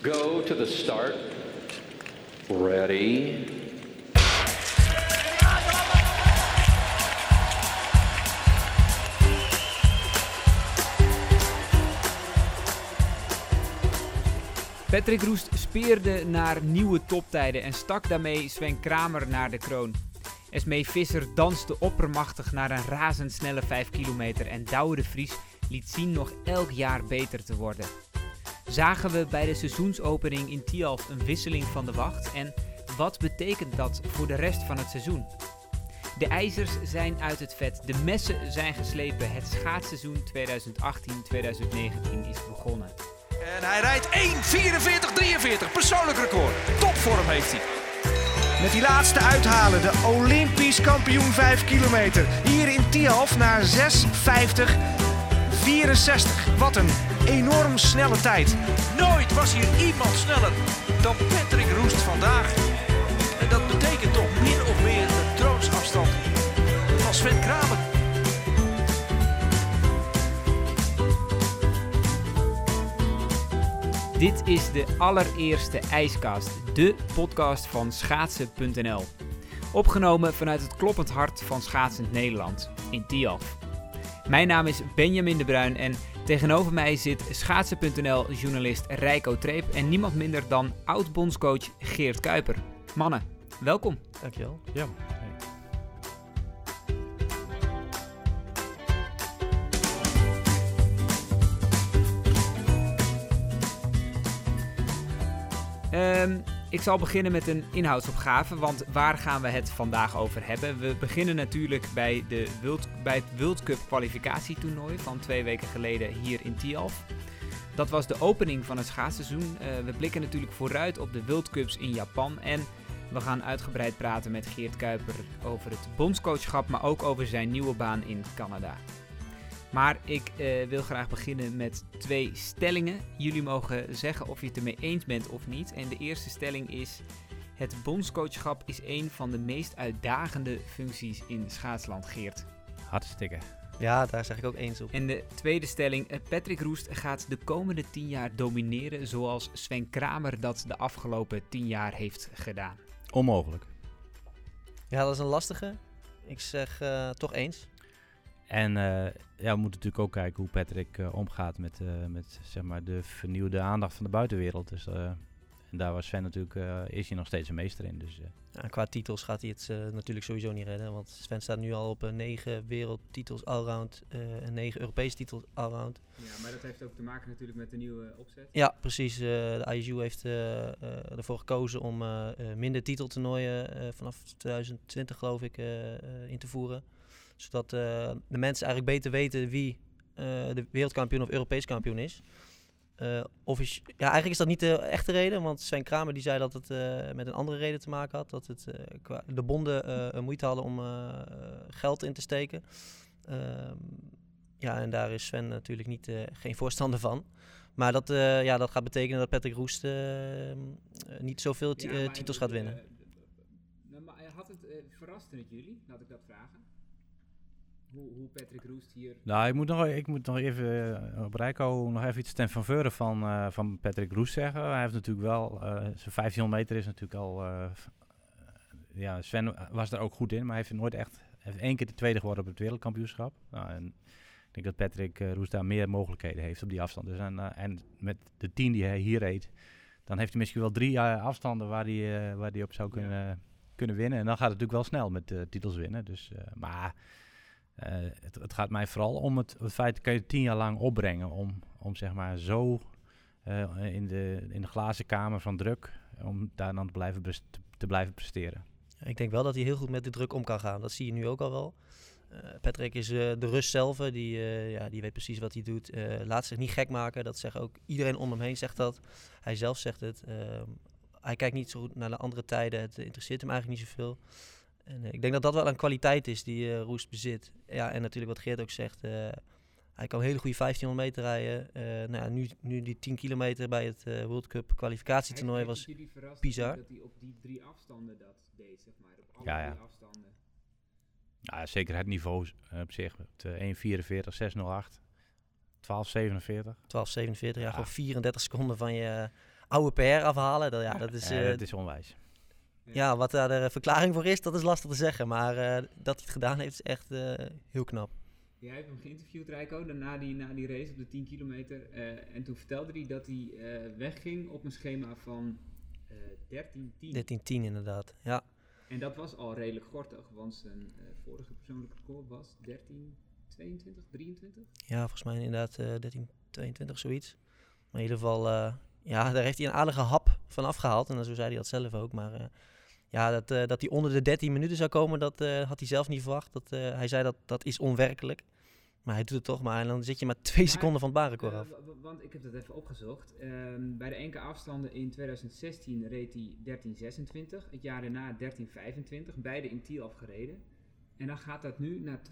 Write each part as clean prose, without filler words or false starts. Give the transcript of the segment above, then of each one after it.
Go to the start. Ready. Patrick Roest speerde naar nieuwe toptijden en stak daarmee Sven Kramer naar de kroon. Esmee Visser danste oppermachtig naar een razendsnelle 5 kilometer en Douwe de Vries liet zien nog elk jaar beter te worden. Zagen we bij de seizoensopening in Tialf een wisseling van de wacht en wat betekent dat voor de rest van het seizoen? De ijzers zijn uit het vet, de messen zijn geslepen, het schaatsseizoen 2018-2019 is begonnen. En hij rijdt 1:44:43, persoonlijk record. Topvorm heeft hij. Met die laatste uithalen, de Olympisch kampioen 5 kilometer. Hier in Tialf naar 6:50:64. Wat een enorm snelle tijd. Nooit was hier iemand sneller dan Patrick Roest vandaag. En dat betekent toch min of meer de troonsafstand van Sven Kramer. Dit is de allereerste IJscast, de podcast van schaatsen.nl. Opgenomen vanuit het kloppend hart van schaatsend Nederland, in Tialf. Mijn naam is Benjamin de Bruin en tegenover mij zit schaatsen.nl-journalist Reiko Treep en niemand minder dan oud-bondscoach Geert Kuiper. Mannen, welkom. Dankjewel. Ja. Ik zal beginnen met een inhoudsopgave, want waar gaan we het vandaag over hebben? We beginnen natuurlijk bij het World Cup kwalificatietoernooi van 2 weken geleden hier in Tialf. Dat was de opening van het schaatsseizoen. We blikken natuurlijk vooruit op de World Cups in Japan en we gaan uitgebreid praten met Geert Kuiper over het bondscoachschap, maar ook over zijn nieuwe baan in Canada. Maar ik wil graag beginnen met 2 stellingen. Jullie mogen zeggen of je het ermee eens bent of niet. En de eerste stelling is: het bondscoachschap is een van de meest uitdagende functies in schaatsland, Geert. Hartstikke. Ja, daar zeg ik ook eens op. En de tweede stelling: Patrick Roest gaat de komende 10 jaar domineren zoals Sven Kramer dat de afgelopen 10 jaar heeft gedaan. Onmogelijk. Ja, dat is een lastige. Ik zeg toch eens. En we moeten natuurlijk ook kijken hoe Patrick omgaat met zeg maar de vernieuwde aandacht van de buitenwereld. Dus, en daar was Sven natuurlijk, is hij nog steeds een meester in. Dus, Ja, qua titels gaat hij het natuurlijk sowieso niet redden. Want Sven staat nu al op 9 wereldtitels allround en 9 Europese titels allround. Ja, maar dat heeft ook te maken natuurlijk met de nieuwe opzet. Ja, precies. De ISU heeft ervoor gekozen om minder titeltoernooien vanaf 2020 geloof ik in te voeren. Zodat de mensen eigenlijk beter weten wie de wereldkampioen of Europees kampioen is. Eigenlijk is dat niet de echte reden, want Sven Kramer die zei dat het met een andere reden te maken had. Dat de bonden moeite hadden om geld in te steken. En daar is Sven natuurlijk geen voorstander van. Maar dat gaat betekenen dat Patrick Roest niet zoveel titels gaat winnen. Maar verraste het jullie, laat ik dat vragen? Hoe Patrick Roest hier... Nou, ik moet nog even op Reiko nog even iets ten faveur van Patrick Roest zeggen. Hij heeft natuurlijk wel, zijn 1500 meter is natuurlijk al... Sven was er ook goed in, maar hij heeft 1 keer de tweede geworden op het wereldkampioenschap. Nou, en ik denk dat Patrick Roest daar meer mogelijkheden heeft op die afstand. Dus en met de 10 die hij hier reed, dan heeft hij misschien wel 3 afstanden waar hij op zou kunnen winnen. En dan gaat het natuurlijk wel snel met titels winnen. Dus, het gaat mij vooral om het feit dat je 10 jaar lang opbrengen om zeg maar zo in de glazen kamer van druk, om daar dan te blijven presteren. Ik denk wel dat hij heel goed met de druk om kan gaan. Dat zie je nu ook al wel. Patrick is de rust zelf, die weet precies wat hij doet. Laat zich niet gek maken, dat zegt ook iedereen om hem heen zegt dat. Hij zelf zegt het. Hij kijkt niet zo goed naar de andere tijden, het interesseert hem eigenlijk niet zoveel. En ik denk dat dat wel een kwaliteit is die Roest bezit. Ja, en natuurlijk wat Geert ook zegt, hij kan een hele goede 1500 meter rijden. Nu die 10 kilometer bij het World Cup kwalificatietoernooi was bizar. Dat hij op die 3 afstanden dat deed, zeg maar. Op alle 3 afstanden. Ja, zeker het niveau op zich. 1:44, 6:08, 12:47. 12:47, gewoon 34 seconden van je oude PR afhalen. Dat is... dat is onwijs. Ja, wat daar de verklaring voor is, dat is lastig te zeggen. Maar dat hij het gedaan heeft, is echt heel knap. Jij hebt hem geïnterviewd, Rijko, na die race op de 10 kilometer. En toen vertelde hij dat hij wegging op een schema van 13:10. 13:10 inderdaad, ja. En dat was al redelijk gortig, want zijn vorige persoonlijke record was 13:22, 23? Ja, volgens mij inderdaad 13:22, zoiets. Maar in ieder geval, daar heeft hij een aardige hap van afgehaald. En zo zei hij dat zelf ook. Maar dat hij onder de 13 minuten zou komen, dat had hij zelf niet verwacht. Hij zei dat is onwerkelijk. Maar hij doet het toch maar. En dan zit je maar 2 seconden van het baanrecord af. Want ik heb dat even opgezocht. Bij de enkele afstanden in 2016 reed hij 13:26. Het jaar daarna 13:25. Beide in Tiel afgereden. En dan gaat dat nu naar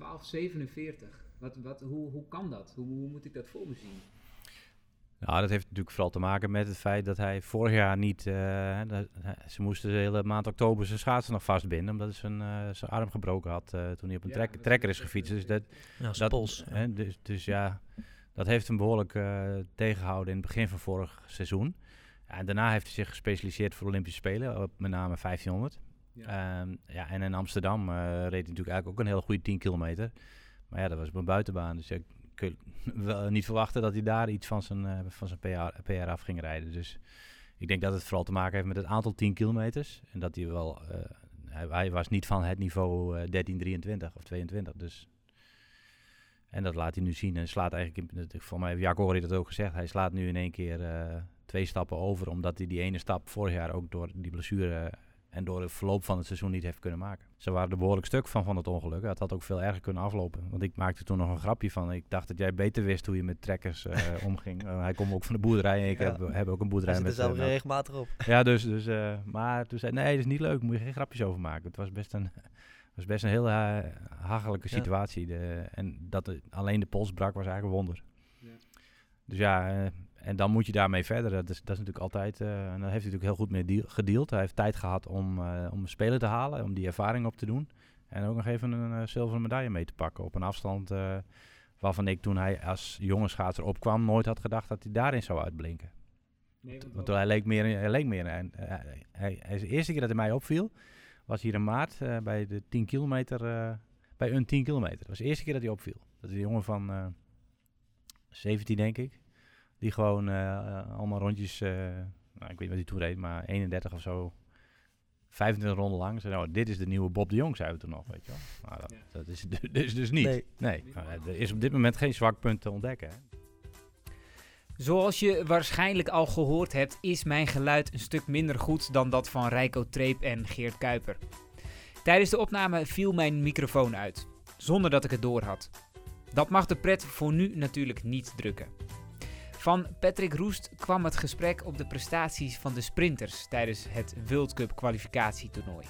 12:47. Hoe kan dat? Hoe moet ik dat voor me zien? Nou, dat heeft natuurlijk vooral te maken met het feit dat hij vorig jaar niet... ze moesten de hele maand oktober zijn schaatsen nog vastbinden, omdat hij zijn arm gebroken had toen hij op een trekker is gefietst. Dus zijn pols. Dus dat heeft hem behoorlijk tegengehouden in het begin van vorig seizoen. Ja, en daarna heeft hij zich gespecialiseerd voor de Olympische Spelen, op met name 1500. Ja. En in Amsterdam reed hij natuurlijk eigenlijk ook een hele goede 10 kilometer. Maar ja, dat was op een buitenbaan, dus kun je wel niet verwachten dat hij daar iets van zijn PR af ging rijden. Dus ik denk dat het vooral te maken heeft met het aantal 10 kilometers. En dat hij wel... hij was niet van het niveau 13:23 of 22. Dus. En dat laat hij nu zien. En slaat eigenlijk... Voor mij heeft Jaco dat ook gezegd. Hij slaat nu in één keer 2 stappen over. Omdat hij die ene stap vorig jaar ook door die blessure... en door het verloop van het seizoen niet heeft kunnen maken. Ze waren er behoorlijk stuk van het ongeluk. Het had ook veel erger kunnen aflopen. Want ik maakte toen nog een grapje van. Ik dacht dat jij beter wist hoe je met trekkers omging. Hij komt ook van de boerderij. En ik heb ook een boerderij. Hij zit er zelf regelmatig op. Ja, dus maar toen zei hij, nee, dat is niet leuk. Moet je geen grapjes over maken. Het was best een heel hachelijke situatie. En dat alleen de pols brak was eigenlijk een wonder. Ja. Dus en dan moet je daarmee verder. Dat is natuurlijk altijd... en dan heeft hij natuurlijk heel goed mee gedeeld. Hij heeft tijd gehad om een speler te halen. Om die ervaring op te doen. En ook nog even een zilveren medaille mee te pakken. Op een afstand waarvan ik toen hij als jonge schaatser opkwam... nooit had gedacht dat hij daarin zou uitblinken. Nee, want hij leek meer. En de eerste keer dat hij mij opviel... was hier in maart bij de 10 kilometer... bij een 10 kilometer. Dat was de eerste keer dat hij opviel. Dat is een jongen van 17, denk ik. Die gewoon allemaal rondjes, ik weet niet wat hij toen reed, maar 31 of zo, 25 ronden lang. Zei, dit is de nieuwe Bob de Jong, zeiden we toen nog, weet je wel. Maar dat is dus niet. Nee. Er is op dit moment geen zwak punt te ontdekken. Hè. Zoals je waarschijnlijk al gehoord hebt, is mijn geluid een stuk minder goed dan dat van Rijko Treep en Geert Kuiper. Tijdens de opname viel mijn microfoon uit, zonder dat ik het door had. Dat mag de pret voor nu natuurlijk niet drukken. Van Patrick Roest kwam het gesprek op de prestaties van de sprinters tijdens het World Cup kwalificatietoernooi.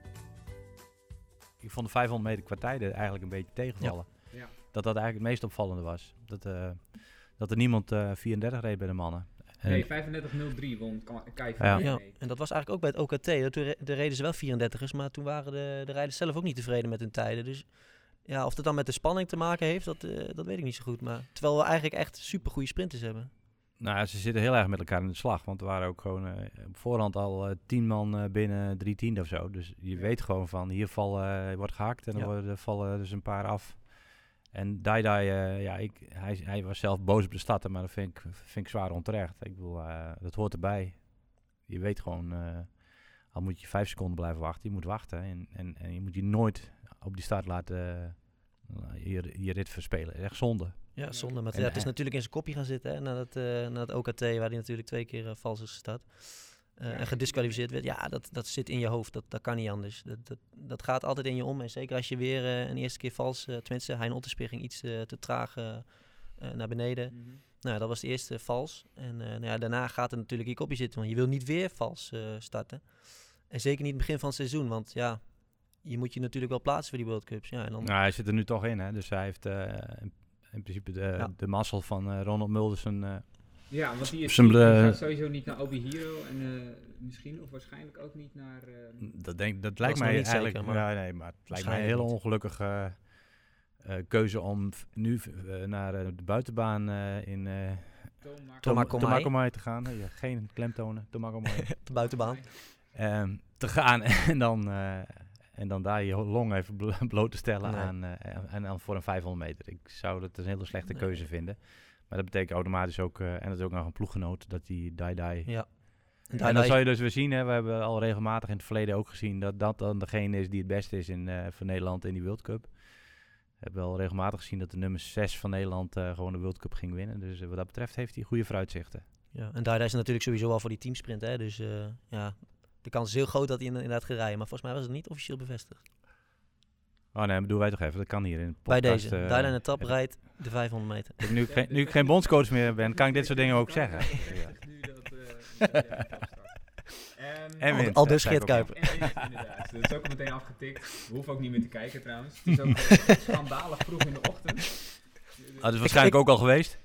Ik vond de 500 meter qua tijden eigenlijk een beetje tegenvallen. Ja. Dat eigenlijk het meest opvallende was. Dat er niemand 34 reed bij de mannen. Nee, 35.03 won Kai van Ja, en dat was eigenlijk ook bij het OKT. Toen reden ze wel 34'ers, maar toen waren de rijders zelf ook niet tevreden met hun tijden. Dus ja, of dat dan met de spanning te maken heeft, dat weet ik niet zo goed. Maar terwijl we eigenlijk echt super goede sprinters hebben. Nou, ze zitten heel erg met elkaar in de slag. Want er waren ook gewoon op voorhand al 10 man binnen 3/10 of zo. Dus je weet gewoon van, hier wordt gehakt en dan vallen dus een paar af. En hij was zelf boos op de starter, maar dat vind ik zwaar onterecht. Ik bedoel, dat hoort erbij. Je weet gewoon, al moet je 5 seconden blijven wachten, je moet wachten. En je moet je nooit op die start laten je rit verspelen. Echt zonde. Ja, zonde. Maar het is natuurlijk in zijn kopje gaan zitten. Hè, na het OKT, waar hij natuurlijk 2 keer vals is gestart. En gedisqualificeerd werd. Ja, dat zit in je hoofd. Dat kan niet anders. Dat gaat altijd in je om. En zeker als je weer een eerste keer vals... tenminste, Hein Otterspeer ging iets te traag naar beneden. Mm-hmm. Nou, dat was de eerste vals. En daarna gaat het natuurlijk in je kopje zitten. Want je wil niet weer vals starten. En zeker niet in het begin van het seizoen. Want ja, je moet je natuurlijk wel plaatsen voor die World Cups. Ja, en dan... Nou, hij zit er nu toch in. Hè? Dus hij heeft in principe de mazzel van Ronald Muldersen... Ja, want die gaat sowieso niet naar Obi Hero en misschien of waarschijnlijk ook niet naar... Dat lijkt mij eigenlijk... Zeker, maar het lijkt mij een hele ongelukkige keuze om nu naar de buitenbaan Tomakomai te gaan. Geen klemtonen. Tomakomai. de buitenbaan. Te gaan en dan daar je long even bloot te stellen en dan voor een 500 meter. Ik zou dat een hele slechte keuze vinden. Maar dat betekent automatisch ook, en dat is ook nog een ploeggenoot, dat die Dai. Ja. En dan zou je dus weer zien, hè, we hebben al regelmatig in het verleden ook gezien dat dan degene is die het beste is voor Nederland in die World Cup. We hebben al regelmatig gezien dat de nummer 6 van Nederland gewoon de World Cup ging winnen. Dus wat dat betreft heeft hij goede vooruitzichten. Ja, en Dai is natuurlijk sowieso al voor die teamsprint. Hè? Dus de kans is heel groot dat hij inderdaad gaat rijden. Maar volgens mij was het niet officieel bevestigd. Oh nee, dat doen wij toch even. Dat kan hier in de Bij podcast. deze. Dai in de tap rijdt de 500 meter. Nu ik geen bondscoach meer ben, kan ik dit soort dingen ook zeggen. Al dus Geert Kuiper. Inderdaad. Dat is ook meteen afgetikt. We hoeven ook niet meer te kijken trouwens. Het is ook schandalig vroeg in de ochtend. Dat is waarschijnlijk ook al geweest.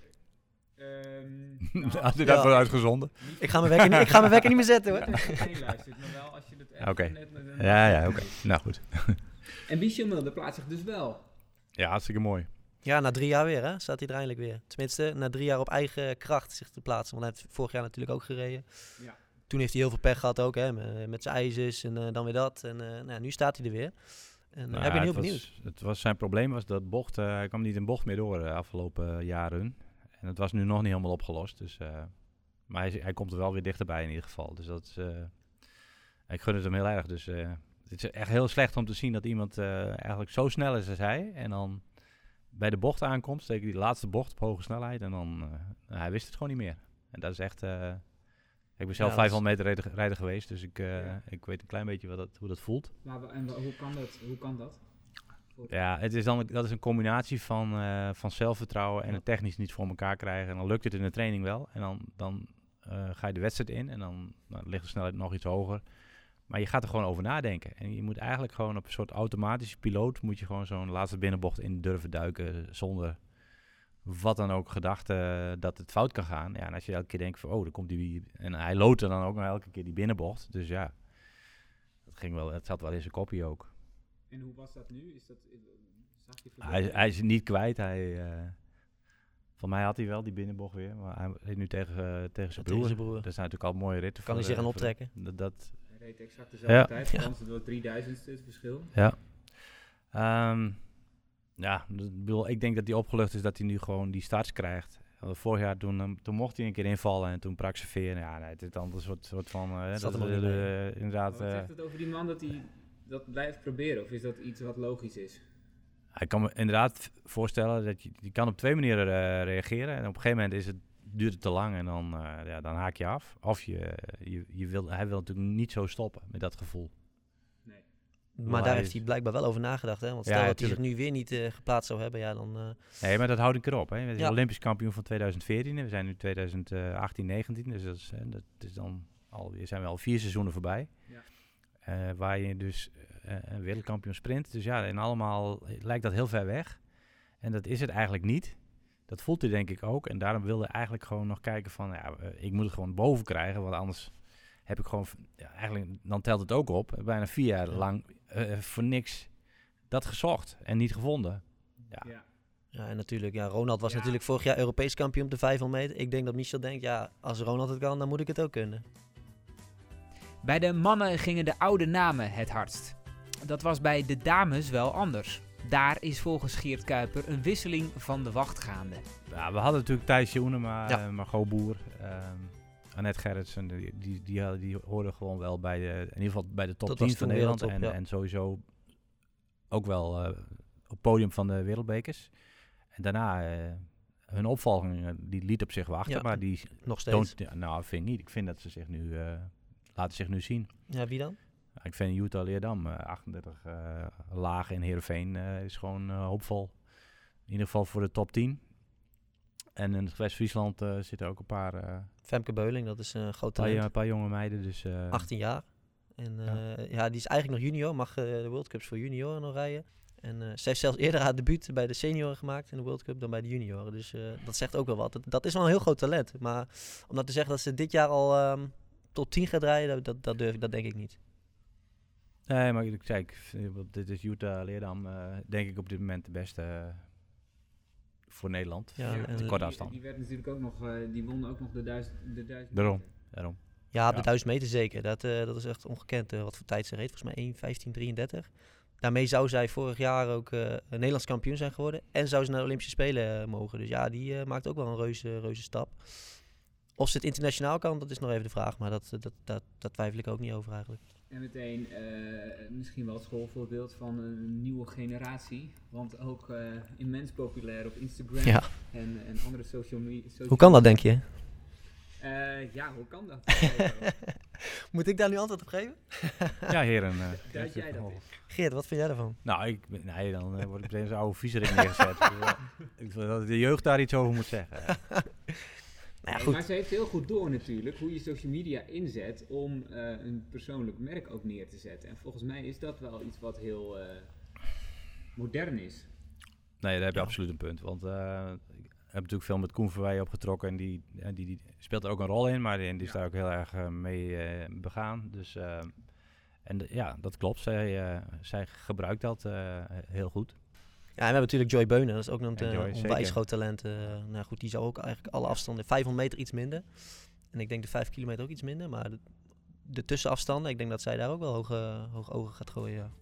Had u dat wel uitgezonden? Ik ga mijn wekker niet meer zetten hoor. Geen luistert, maar wel als je het echt Oké. net met een... Ja, oké. Nou goed. En Michel Mulder plaatst zich dus wel. Ja, hartstikke mooi. Ja, na 3 jaar weer hè, staat hij er eindelijk weer. Tenminste, na 3 jaar op eigen kracht zich te plaatsen. Want hij heeft vorig jaar natuurlijk ook gereden. Ja. Toen heeft hij heel veel pech gehad ook, hè, met zijn ijzers en dan weer dat. En nu staat hij er weer. En ik ben heel benieuwd. Zijn probleem was dat bocht, hij kwam niet in bocht meer door de afgelopen jaren. En het was nu nog niet helemaal opgelost. Dus, maar hij komt er wel weer dichterbij in ieder geval. Dus dat is, ik gun het hem heel erg. Dus het is echt heel slecht om te zien dat iemand eigenlijk zo snel is als hij. En dan bij de bocht aankomt, zeker die laatste bocht op hoge snelheid. En dan, hij wist het gewoon niet meer. En dat is echt... ik ben zelf 500 meter rijder geweest, dus ik weet een klein beetje hoe dat voelt. Maar hoe kan dat? Ja, dat is een combinatie van zelfvertrouwen en het technisch niet voor elkaar krijgen. En dan lukt het in de training wel. En dan ga je de wedstrijd in en dan ligt de snelheid nog iets hoger. Maar je gaat er gewoon over nadenken. En je moet eigenlijk gewoon op een soort automatische piloot... moet je gewoon zo'n laatste binnenbocht in durven duiken zonder... wat dan ook gedachte dat het fout kan gaan. Ja, en als je elke keer denkt van, dan komt die... En hij loopt er dan ook nog elke keer die binnenbocht. Dus ja, het zat wel in zijn kopje ook. En hoe was dat nu? Hij is niet kwijt. Van mij had hij wel die binnenbocht weer. Maar hij reed nu tegen zijn broer. Dat zijn natuurlijk al mooie ritten. Kan hij zich aan optrekken? Hij reed exact dezelfde tijd. Want het was 3000ste het verschil. Ja. Ik denk dat hij opgelucht is dat hij nu gewoon die starts krijgt. Vorig jaar toen mocht hij een keer invallen en toen brak zijn veer. Ja, nee, het is dan een soort van... inderdaad. Wat zegt het over die man dat hij dat blijft proberen? Of is dat iets wat logisch is? Ik kan me inderdaad voorstellen dat je kan op 2 manieren reageren. En op een gegeven moment duurt het te lang en dan haak je af. Of hij wil natuurlijk niet zo stoppen met dat gevoel. Maar daar heeft hij blijkbaar wel over nagedacht. Hè? Want stel dat hij zich nu weer niet geplaatst zou hebben, dan... Nee, maar dat houdt een keer op. Hè? We zijn Olympisch kampioen van 2014 en we zijn nu 2018, 19. Dus dat is dan zijn we al 4 seizoenen voorbij. Ja. Waar je dus een wereldkampioen sprint. Dus ja, en allemaal lijkt dat heel ver weg. En dat is het eigenlijk niet. Dat voelt hij denk ik ook. En daarom wilde hij eigenlijk gewoon nog kijken van... ik moet het gewoon boven krijgen, want anders... heb ik gewoon, eigenlijk, dan telt het ook op, bijna 4 jaar lang voor niks dat gezocht en niet gevonden. Ja, en natuurlijk, Ronald was natuurlijk vorig jaar Europees kampioen op de 500 meter. Ik denk dat Michel denkt, als Ronald het kan, dan moet ik het ook kunnen. Bij de mannen gingen de oude namen het hardst. Dat was bij de dames wel anders. Daar is volgens Geert Kuiper een wisseling van de wacht gaande. Ja, we hadden natuurlijk Thijs Joenema, Margot Boer... Annette Gerritsen, die hoorden gewoon wel in ieder geval bij de top 10 van Nederland. En sowieso ook wel op het podium van de wereldbekers. En daarna hun opvolging, die liet op zich wachten. Maar die nog steeds? Vind ik niet. Ik vind dat ze zich nu laten zich nu zien. Ja, wie dan? Ik vind Jutta Leerdam, 38 laag in Heerenveen, is gewoon hoopvol. In ieder geval voor de top 10. En in West-Friesland zitten ook een paar... Femke Beuling, dat is een groot talent. Een paar jonge meiden. Dus, 18 jaar. En die is eigenlijk nog junior. Mag de World Cups voor junioren nog rijden. En ze heeft zelfs eerder haar debuut bij de senioren gemaakt in de World Cup dan bij de junioren. Dus dat zegt ook wel wat. Dat is wel een heel groot talent. Maar om dat te zeggen dat ze dit jaar al tot 10 gaat rijden, dat denk ik niet. Nee, maar ik zei, dit is Jutta Leerdam, denk ik op dit moment de beste voor Nederland. Ja, Ja, en de korte afstand. Die werd natuurlijk ook nog, die won ook nog de 1000 Daarom. meter. Daarom. Ja, op de Ja. 1000 meter zeker. Dat is echt ongekend wat voor tijd ze reed. Volgens mij 1:15:33. Daarmee zou zij vorig jaar ook Nederlands kampioen zijn geworden. En zou ze naar de Olympische Spelen mogen. Dus ja, die maakt ook wel een reuze stap. Of ze het internationaal kan, dat is nog even de vraag. Maar dat twijfel ik ook niet over eigenlijk. En meteen misschien wel het schoolvoorbeeld van een nieuwe generatie. Want ook immens populair op Instagram Ja. en andere social media. Hoe kan dat, denk je? Ja, hoe kan dat? Moet ik daar nu antwoord op geven? Ja, heren. Duid jij dat oh. eens? Geert, wat vind jij ervan? Nou, dan word ik meteen zo'n oude viezerik neergezet. Ik vind dat de jeugd daar iets over moet zeggen. Nou ja, Nee, goed. maar ze heeft heel goed door natuurlijk hoe je social media inzet om een persoonlijk merk ook neer te zetten. En volgens mij is dat wel iets wat heel modern is. Nee, daar heb je Ja. absoluut een punt. Want ik heb natuurlijk veel met Koen Verwij opgetrokken en die speelt er ook een rol in, maar die is daar ook heel erg mee begaan. Dus, ja, dat klopt. Zij gebruikt dat heel goed. Ja, en we hebben natuurlijk Joy Beunen. Dat is ook nog En Joy, een zeker. onwijs groot talent. Nou goed, die zou ook eigenlijk alle afstanden... 500 meter iets minder. En ik denk de 5 kilometer ook iets minder. Maar de tussenafstanden, ik denk dat zij daar ook wel hoge ogen gaat gooien, ja.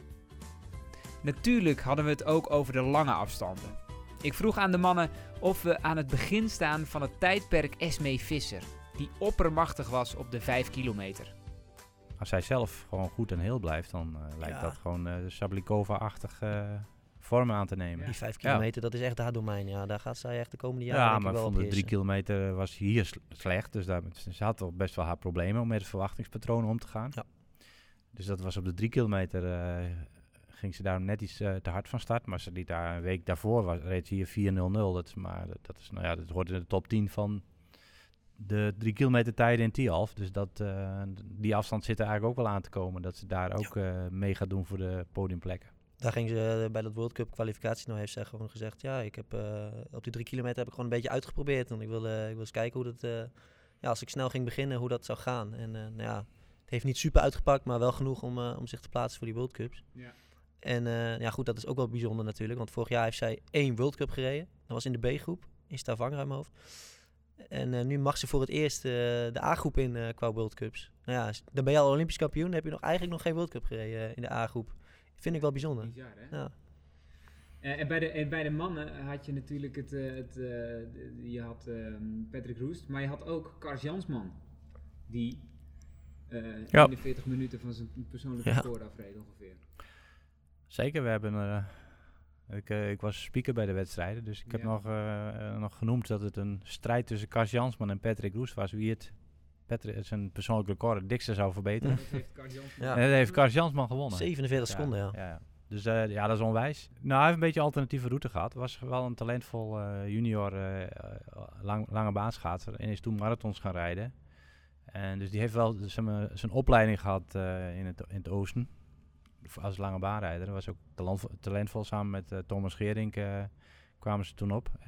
Natuurlijk hadden we het ook over de lange afstanden. Ik vroeg aan de mannen of we aan het begin staan van het tijdperk Esmee Visser, die oppermachtig was op de 5 kilometer. Als zij zelf gewoon goed en heel blijft, dan lijkt Ja. dat gewoon Sablikova-achtig vormen aan te nemen. Die 5 kilometer, dat is echt haar domein. Ja, daar gaat zij echt de komende Ja, jaren denk ik maar wel van op de 3 heersen. kilometer was hier slecht. Dus ze had toch best wel haar problemen om met het verwachtingspatroon om te gaan. Ja. Dus dat was op de 3 kilometer ging ze daar net iets te hard van start. Maar ze liet daar een week daarvoor reed ze hier 4:00. Dat hoort in de top 10 van de 3 kilometer tijden in Tialf. Dus die afstand zit er eigenlijk ook wel aan te komen. Dat ze daar ook mee gaat doen voor de podiumplekken. Daar ging ze bij dat World Cup kwalificatie, nou heeft zij gewoon gezegd, ja, ik heb op die 3 kilometer heb ik gewoon een beetje uitgeprobeerd. En ik wil eens kijken hoe dat, als ik snel ging beginnen, hoe dat zou gaan. En nou ja, het heeft niet super uitgepakt, maar wel genoeg om zich te plaatsen voor die World Cups. Ja. En ja goed, dat is ook wel bijzonder natuurlijk, want vorig jaar heeft zij 1 World Cup gereden. Dat was in de B-groep, in Stavanger uit mijn hoofd. En nu mag ze voor het eerst de A-groep in qua World Cups. Nou ja, dan ben je al Olympisch kampioen, dan heb je eigenlijk nog geen World Cup gereden in de A-groep. Vind ik wel bijzonder. Bizar, hè? Ja. En bij de mannen had je natuurlijk je had Patrick Roest, maar je had ook Kars Jansman, die 41 minuten van zijn persoonlijke record afreed ongeveer. Zeker, we hebben... Ik was speaker bij de wedstrijden, dus ik heb nog genoemd dat het een strijd tussen Kars Jansman en Patrick Roest was. Wie zijn persoonlijk record het dikste zou verbeteren. Dat heeft Kars Jansman. Ja. En dat heeft Kars Jansman gewonnen. 47 seconden, ja. Ja. Dus dat is onwijs. Nou, hij heeft een beetje een alternatieve route gehad. Was wel een talentvol junior lange baanschaatser. En is toen marathons gaan rijden. En dus die heeft wel zijn opleiding gehad in het oosten. Als lange baanrijder. Dat was ook talentvol. Samen met Thomas Geerink kwamen ze toen op.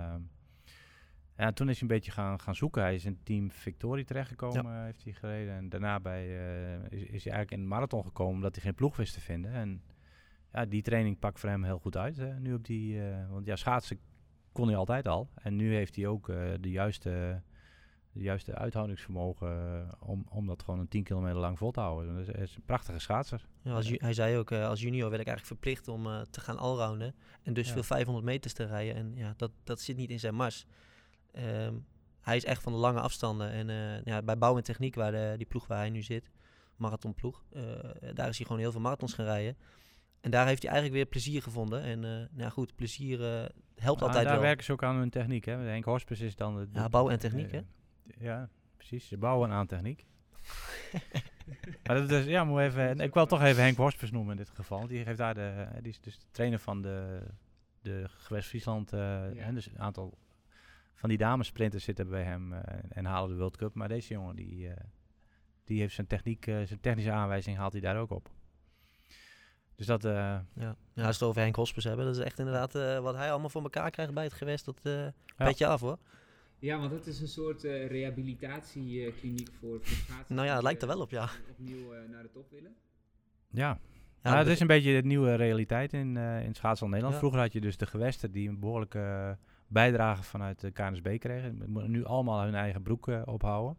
En toen is hij een beetje gaan zoeken. Hij is in team Victorie terechtgekomen, heeft hij gereden. En daarna is hij eigenlijk in de marathon gekomen omdat hij geen ploeg wist te vinden. En ja, die training pakt voor hem heel goed uit. Nu op want ja, schaatsen kon hij altijd al. En nu heeft hij ook de juiste uithoudingsvermogen om dat gewoon een 10 kilometer lang vol te houden. Dus hij is een prachtige schaatser. Ja, hij zei ook, als junior werd ik eigenlijk verplicht om te gaan allrounden. En dus veel 500 meters te rijden. En ja, dat zit niet in zijn mars. Hij is echt van de lange afstanden. En bij Bouw en Techniek, die ploeg waar hij nu zit, marathonploeg, daar is hij gewoon heel veel marathons gaan rijden. En daar heeft hij eigenlijk weer plezier gevonden. En goed, plezier helpt altijd daar wel. werken ze ook aan hun techniek. Hè? Henk Hospes is dan... Bouw en techniek, hè? Ja, precies. Ze bouwen aan techniek. Maar dat is, moet even, ik wil toch even Henk Hospes noemen in dit geval. Die heeft daar die is dus de trainer van de Gewest Friesland. En dus een aantal van die damesprinters zitten bij hem en halen de World Cup. Maar deze jongen, die heeft zijn technische aanwijzing haalt hij daar ook op. Dus dat... als we het over Henk Hospes hebben, dat is echt inderdaad wat hij allemaal voor elkaar krijgt bij het gewest. Dat petje af, hoor. Ja, want dat is een soort rehabilitatiekliniek voor schaatsen. Nou ja, het lijkt er wel op, ja. Opnieuw naar de top willen. Ja. Ja, het is een beetje de nieuwe realiteit in schaatsland Nederland. Ja. Vroeger had je dus de gewesten die een behoorlijke bijdrage vanuit de KNSB kregen. Die moeten nu allemaal hun eigen broek ophouden.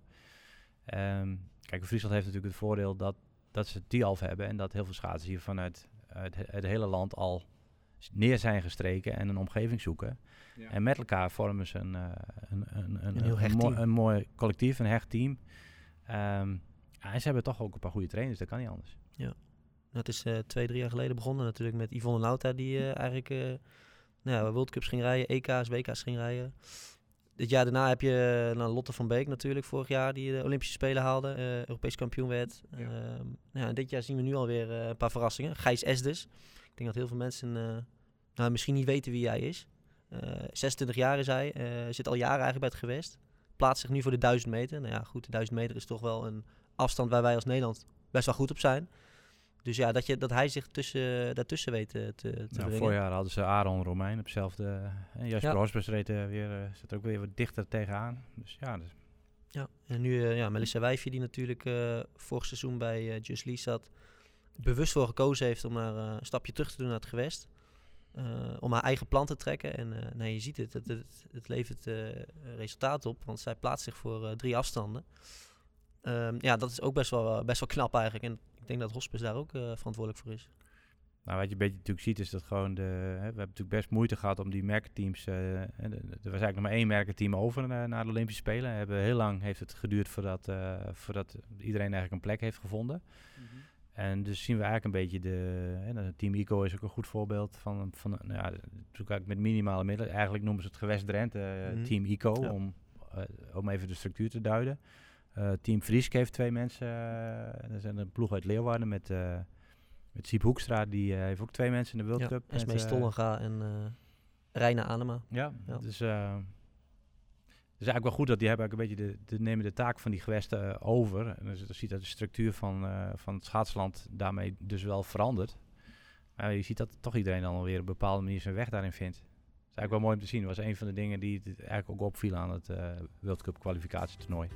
Kijk, Friesland heeft natuurlijk het voordeel dat ze TIALF hebben en dat heel veel schaatsers hier vanuit het hele land al neer zijn gestreken en een omgeving zoeken. Ja. En met elkaar vormen ze een mooi collectief, een hecht team. En ze hebben toch ook een paar goede trainers, dat kan niet anders. Ja. Het is 2-3 jaar geleden begonnen natuurlijk met Yvonne Nauta, die eigenlijk World Cups ging rijden, EK's, WK's ging rijden. Dit jaar daarna heb je Lotte van Beek natuurlijk, vorig jaar, die de Olympische Spelen haalde, Europees kampioen werd. En dit jaar zien we nu alweer een paar verrassingen. Gijs Esdes. Ik denk dat heel veel mensen misschien niet weten wie hij is. 26 jaar is hij, zit al jaren eigenlijk bij het gewest. Plaatst zich nu voor de 1000 meter. Nou ja, goed, de 1000 meter is toch wel een afstand waar wij als Nederland best wel goed op zijn. Dus ja, dat hij zich daartussen weet te brengen. Voorjaar hadden ze Aaron Romein op hetzelfde. Jasper Hospers zit er ook weer wat dichter tegenaan. Dus ja. Ja, en nu Melissa Wijfje, die natuurlijk vorig seizoen bij Just Lease zat, bewust voor gekozen heeft om maar een stapje terug te doen naar het gewest. Om haar eigen plan te trekken. En je ziet het levert resultaat op, want zij plaatst zich voor 3 afstanden. Dat is ook best wel knap eigenlijk. En ik denk dat Hospes daar ook verantwoordelijk voor is. Nou, wat je een beetje natuurlijk ziet is dat gewoon we hebben natuurlijk best moeite gehad om die merkenteams. Er was eigenlijk nog maar 1 merkenteam over naar de Olympische Spelen. Heel lang heeft het geduurd voordat iedereen eigenlijk een plek heeft gevonden. Mm-hmm. En dus zien we eigenlijk een beetje Team ICO is ook een goed voorbeeld van natuurlijk met minimale middelen. Eigenlijk noemen ze het gewest Drenthe Team ICO om even de structuur te duiden. Team Friesk heeft 2 mensen. Er zijn een ploeg uit Leeuwarden met Siep Hoekstra. Die heeft ook 2 mensen in de World Cup. Esmee Stollenga en Reina Anema. Ja. Dus is eigenlijk wel goed dat die hebben een beetje nemen de taak van die gewesten over. En dus je ziet dat de structuur van het schaatsland daarmee dus wel verandert. Maar je ziet dat toch iedereen dan alweer op een bepaalde manier zijn weg daarin vindt. Dat is eigenlijk wel mooi om te zien. Dat was een van de dingen die het eigenlijk ook opviel aan het World Cup kwalificatietoernooi.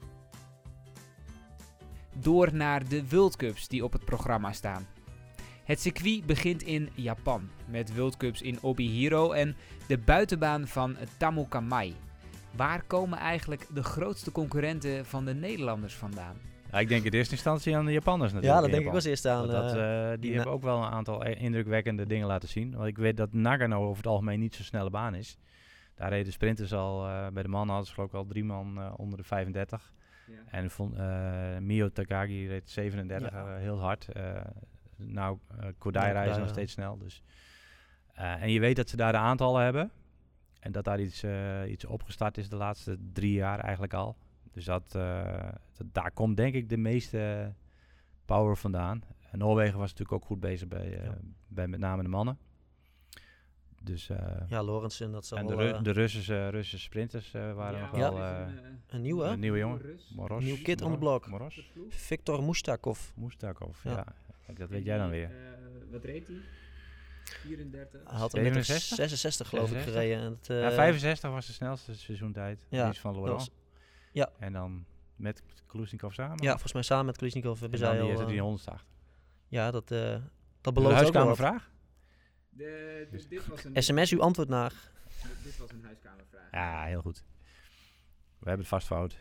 Door naar de World Cups die op het programma staan. Het circuit begint in Japan met World Cups in Obihiro en de buitenbaan van Tamukamai. Waar komen eigenlijk de grootste concurrenten van de Nederlanders vandaan? Ja, ik denk in eerste instantie aan de Japanners natuurlijk. Ja, dat denk ik als eerste aan. Die hebben ook wel een aantal indrukwekkende dingen laten zien. Want ik weet dat Nagano over het algemeen niet zo'n snelle baan is. Daar reden de sprinters al, bij de mannen hadden ze geloof ik al 3 man onder de 35. Ja. En Mio Takagi reed 37 heel hard. Kodai rijden nog steeds snel. Dus. En je weet dat ze daar de aantallen hebben. En dat daar iets opgestart is de laatste 3 jaar eigenlijk al. Dus daar komt denk ik de meeste power vandaan. En Noorwegen was natuurlijk ook goed bezig bij met name de mannen. Dus, Lorentzen, dat zal en wel... de Russische sprinters waren nog wel... een nieuwe, een nieuwe jongen. Een nieuw kid on the block. Viktor Mustakov. Ja. Dat weet jij dan weer. Wat reed hij? 34? Hij had een 66 geloof ik gereden. En 65 was de snelste seizoentijd. Die is van Laurent. Ja. En dan met Kolesnikov samen? Ja, volgens mij samen met Kolesnikov hebben zij al... die 380. Ja, dat belooft ook wel. Huiskamervraag? Dit was een SMS, uw antwoord naar. Dit was een huiskamervraag. Ja, heel goed. We hebben het vast fout.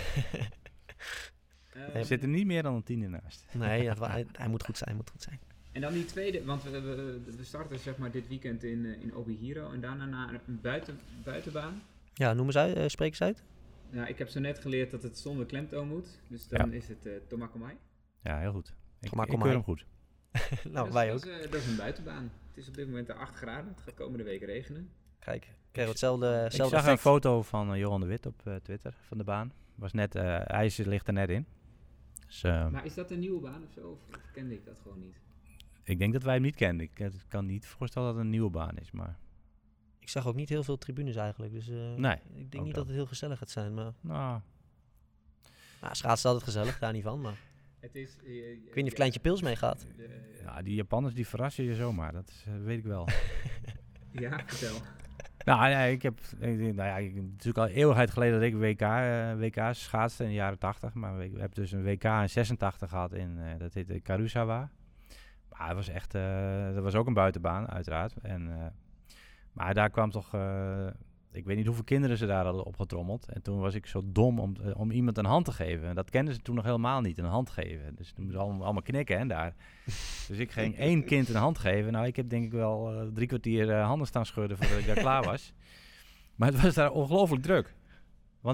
Er zit er niet meer dan een 10 naast. Nee, hij moet goed zijn, En dan die tweede, want we starten zeg maar dit weekend in Obihiro en daarna naar een buitenbaan. Ja, noem eens uit, spreek eens uit. Nou, ik heb zo net geleerd dat het zonder klemtoon moet, dus dan is het Tomakomai. Ja, heel goed. Ik keur hem goed. Nou, wij ook. Dat is een buitenbaan. Het is op dit moment 8 graden, het gaat komende week regenen. Kijk, krijgen we hetzelfde Ik zag een foto van Johan de Wit op Twitter van de baan. Was net, ijs ligt er net in. Dus, maar is dat een nieuwe baan of zo? Of kende ik dat gewoon niet? Ik denk dat wij hem niet kennen. Ik kan niet voorstellen dat het een nieuwe baan is, maar... Ik zag ook niet heel veel tribunes eigenlijk, dus nee, ik denk niet dat het heel gezellig gaat zijn, maar... Nou, schaatsen is altijd gezellig, daar niet van, maar... Het is, ik weet niet of Kleintje Pils meegaat. Die Japanners die verrassen je zomaar, dat weet ik wel. Ja, vertel. Het is natuurlijk al eeuwigheid geleden dat ik WK's schaatste in de jaren 80. Maar we hebben dus een WK in 86 gehad dat heette Karuizawa. Maar Maar het was echt, dat was ook een buitenbaan, uiteraard. Maar daar kwam toch, ik weet niet hoeveel kinderen ze daar hadden opgetrommeld. En toen was ik zo dom om iemand een hand te geven. En dat kenden ze toen nog helemaal niet, een hand geven. Dus toen moesten ze allemaal knikken hè, daar. Dus ik ging 1 kind een hand geven. Nou, ik heb denk ik wel 3 kwartier handen staan schudden voordat ik daar klaar was. Maar het was daar ongelooflijk druk. Want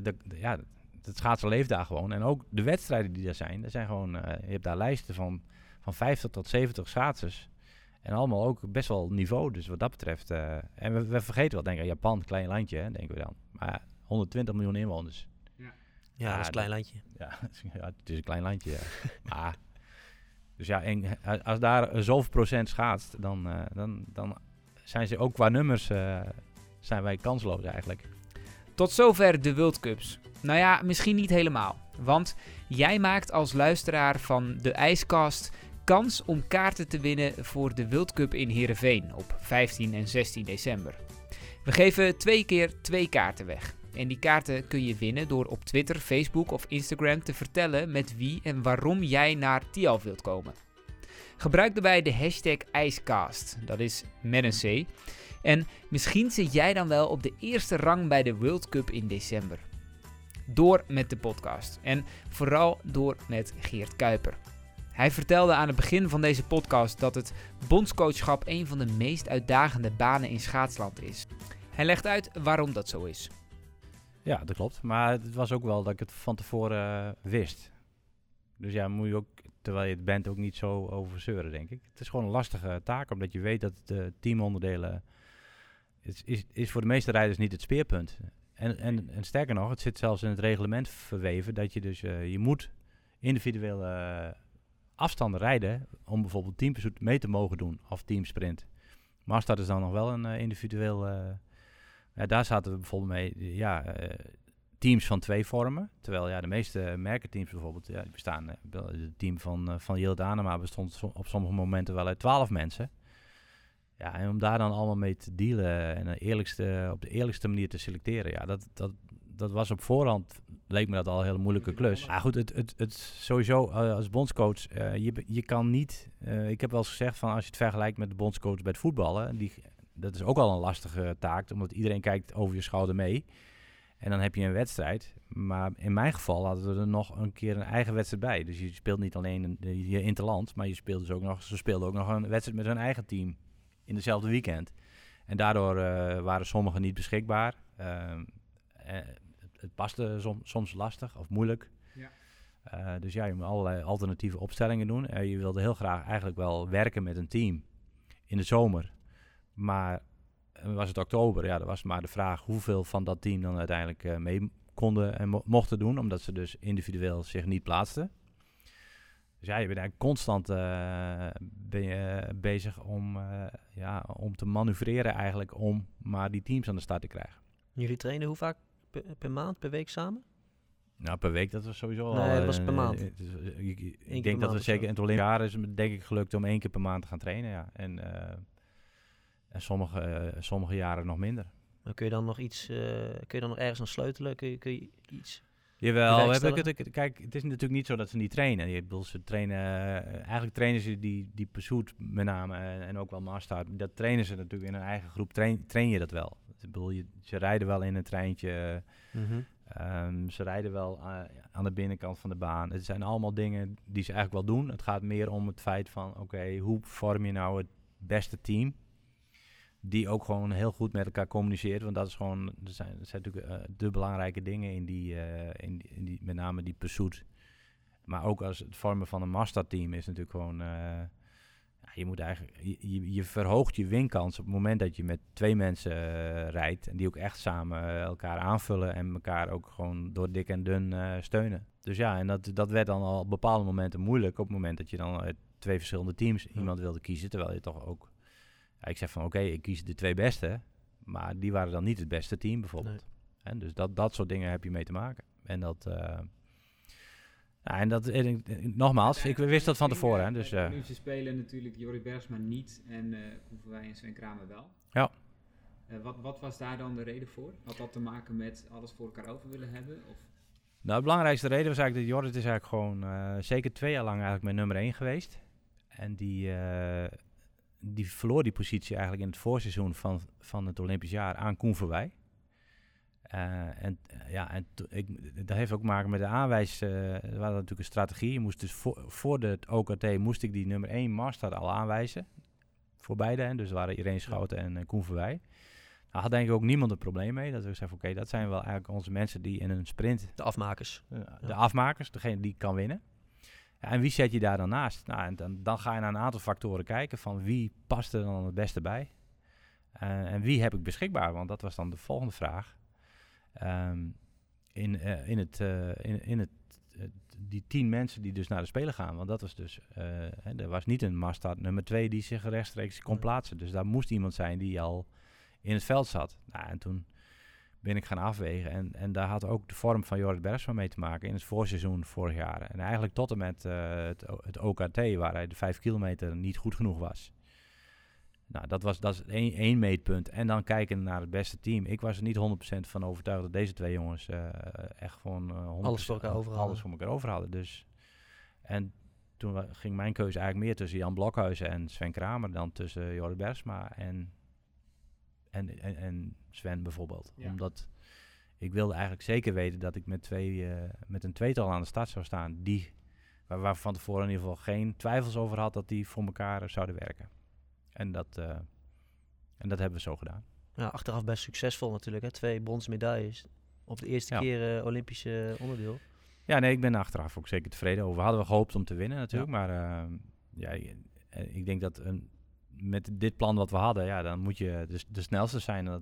het schaatsen leeft daar gewoon. En ook de wedstrijden die daar zijn gewoon, je hebt daar lijsten van 50 tot 70 schaatsers. En allemaal ook best wel niveau, dus wat dat betreft. En we vergeten wel, denk ik, Japan, klein landje, hè, denken we dan. Maar 120 miljoen inwoners. Ja, dat is een klein landje. Ja, het is een klein landje, ja. Maar, dus ja, als daar zoveel procent schaatst, dan zijn ze ook qua nummers, zijn wij kansloos eigenlijk. Tot zover de World Cups. Nou ja, misschien niet helemaal. Want jij maakt als luisteraar van de IJscast kans om kaarten te winnen voor de World Cup in Heerenveen op 15 en 16 december. We geven 2 keer 2 kaarten weg. En die kaarten kun je winnen door op Twitter, Facebook of Instagram te vertellen met wie en waarom jij naar Tialf wilt komen. Gebruik daarbij de hashtag IJscast, dat is met een C. En misschien zit jij dan wel op de eerste rang bij de World Cup in december. Door met de podcast. En vooral door met Geert Kuiper. Hij vertelde aan het begin van deze podcast dat het bondscoachschap een van de meest uitdagende banen in schaatsland is. Hij legt uit waarom dat zo is. Ja, dat klopt. Maar het was ook wel dat ik het van tevoren wist. Dus ja, moet je ook, terwijl je het bent, ook niet zo over zeuren, denk ik. Het is gewoon een lastige taak, omdat je weet dat de teamonderdelen is voor de meeste rijders niet het speerpunt. En sterker nog, het zit zelfs in het reglement verweven dat je dus, je moet individuele afstanden rijden om bijvoorbeeld teampursuit mee te mogen doen of teamsprint. Maastart is dan nog wel een individueel, daar zaten we bijvoorbeeld mee, teams van 2 vormen. Terwijl de meeste merkenteams bijvoorbeeld, die bestaan, het team van Jilt Anema bestond op sommige momenten wel uit 12 mensen. Ja, en om daar dan allemaal mee te dealen en op de eerlijkste manier te selecteren, dat was op voorhand, leek me dat al een hele moeilijke klus. Maar goed, het sowieso als bondscoach, je kan niet, ik heb wel eens gezegd van als je het vergelijkt met de bondscoach bij het voetballen, dat is ook al een lastige taak, omdat iedereen kijkt over je schouder mee. En dan heb je een wedstrijd. Maar in mijn geval hadden we er nog een keer een eigen wedstrijd bij. Dus je speelt niet alleen je interland, maar ze speelden ook nog een wedstrijd met hun eigen team in dezelfde weekend. En daardoor waren sommigen niet beschikbaar. Het paste soms lastig of moeilijk. Ja. Dus je moet allerlei alternatieve opstellingen doen. Je wilde heel graag eigenlijk wel werken met een team in de zomer. Maar was het oktober, dat was maar de vraag hoeveel van dat team dan uiteindelijk mee konden en mochten doen, omdat ze dus individueel zich niet plaatsten. Dus je bent eigenlijk constant bezig om te manoeuvreren eigenlijk om maar die teams aan de start te krijgen. Jullie trainen hoe vaak per maand, per week samen? Nou, per week, dat was sowieso al... Nee, dat was per maand. Ik denk dat het zeker in het Olympisch jaar is het denk ik gelukt om 1 keer per maand te gaan trainen, ja. En sommige jaren nog minder. Maar kun je dan nog iets, kun je dan nog ergens aan sleutelen? Kun je iets... Jawel, kijk, het is natuurlijk niet zo dat ze niet trainen. Ik bedoel, ze trainen, eigenlijk trainen ze die pursuit met name en ook wel maastart. Dat trainen ze natuurlijk in een eigen groep. Train je dat wel? Ik bedoel, ze rijden wel in een treintje. Ze rijden wel aan de binnenkant van de baan. Het zijn allemaal dingen die ze eigenlijk wel doen. Het gaat meer om het feit van, oké, hoe vorm je nou het beste team? Die ook gewoon heel goed met elkaar communiceert. Want dat is gewoon, er zijn natuurlijk de belangrijke dingen in die met name die pursuit. Maar ook als het vormen van een masterteam is natuurlijk gewoon... je moet eigenlijk, je verhoogt je winkans op het moment dat je met 2 mensen rijdt. En die ook echt samen elkaar aanvullen en elkaar ook gewoon door dik en dun steunen. Dus en dat werd dan al op bepaalde momenten moeilijk. Op het moment dat je dan uit 2 verschillende teams iemand wilde kiezen. Terwijl je toch ook... ik zeg van oké, ik kies de 2 beste, maar die waren dan niet het beste team bijvoorbeeld. Nee. En dus dat soort dingen heb je mee te maken. En nogmaals, ik wist dat van tevoren. Hè, dus, nu ze spelen natuurlijk Jorrit Bergsma niet en Koen Verwij en Sven Kramer wel. Ja. Wat was daar dan de reden voor? Had dat te maken met alles voor elkaar over willen hebben? Of? Nou, de belangrijkste reden was eigenlijk dat Jorrit is eigenlijk gewoon zeker 2 jaar lang eigenlijk mijn nummer 1 geweest. En die verloor die positie eigenlijk in het voorseizoen van het Olympisch jaar aan Koen Verwij. Dat heeft ook te maken met de aanwijs. We hadden natuurlijk een strategie. Je moest dus voor het OKT moest ik die nummer 1 master al aanwijzen. Voor beide. Hè? Dus waren Irene Schouten en Koen Verwij. Daar had denk ik ook niemand een probleem mee. Dat we zeggen, oké, dat zijn wel eigenlijk onze mensen die in een sprint... De afmakers. De afmakers, degene die kan winnen. Ja, en wie zet je daar dan naast? Nou, en dan ga je naar een aantal factoren kijken van wie past er dan het beste bij. En wie heb ik beschikbaar? Want dat was dan de volgende vraag. Die 10 mensen die dus naar de Spelen gaan. Want dat was dus... er was niet een maststart nummer 2 die zich rechtstreeks kon plaatsen. Dus daar moest iemand zijn die al in het veld zat. Nou, en toen ben ik gaan afwegen. En daar had ook de vorm van Jorrit Bergsma mee te maken in het voorseizoen vorig jaar. En eigenlijk tot en met het OKT, waar hij de 5 kilometer niet goed genoeg was. Nou, dat is één meetpunt. En dan kijken naar het beste team. Ik was er niet 100% van overtuigd dat deze 2 jongens echt gewoon 100% alles voor elkaar over hadden. Dus, en toen ging mijn keuze eigenlijk meer tussen Jan Blokhuizen en Sven Kramer dan tussen Jorrit Bergsma en Sven bijvoorbeeld. Ja. Omdat ik wilde eigenlijk zeker weten dat ik met een tweetal aan de start zou staan. Waar van tevoren in ieder geval geen twijfels over had dat die voor elkaar zouden werken. En dat hebben we zo gedaan. Ja, achteraf best succesvol natuurlijk. Hè? 2 bronzen medailles op de eerste keer Olympische onderdeel. Ja, nee, ik ben achteraf ook zeker tevreden over. Hadden we gehoopt om te winnen natuurlijk. Ja. Maar ik denk dat met dit plan wat we hadden, dan moet je de snelste zijn.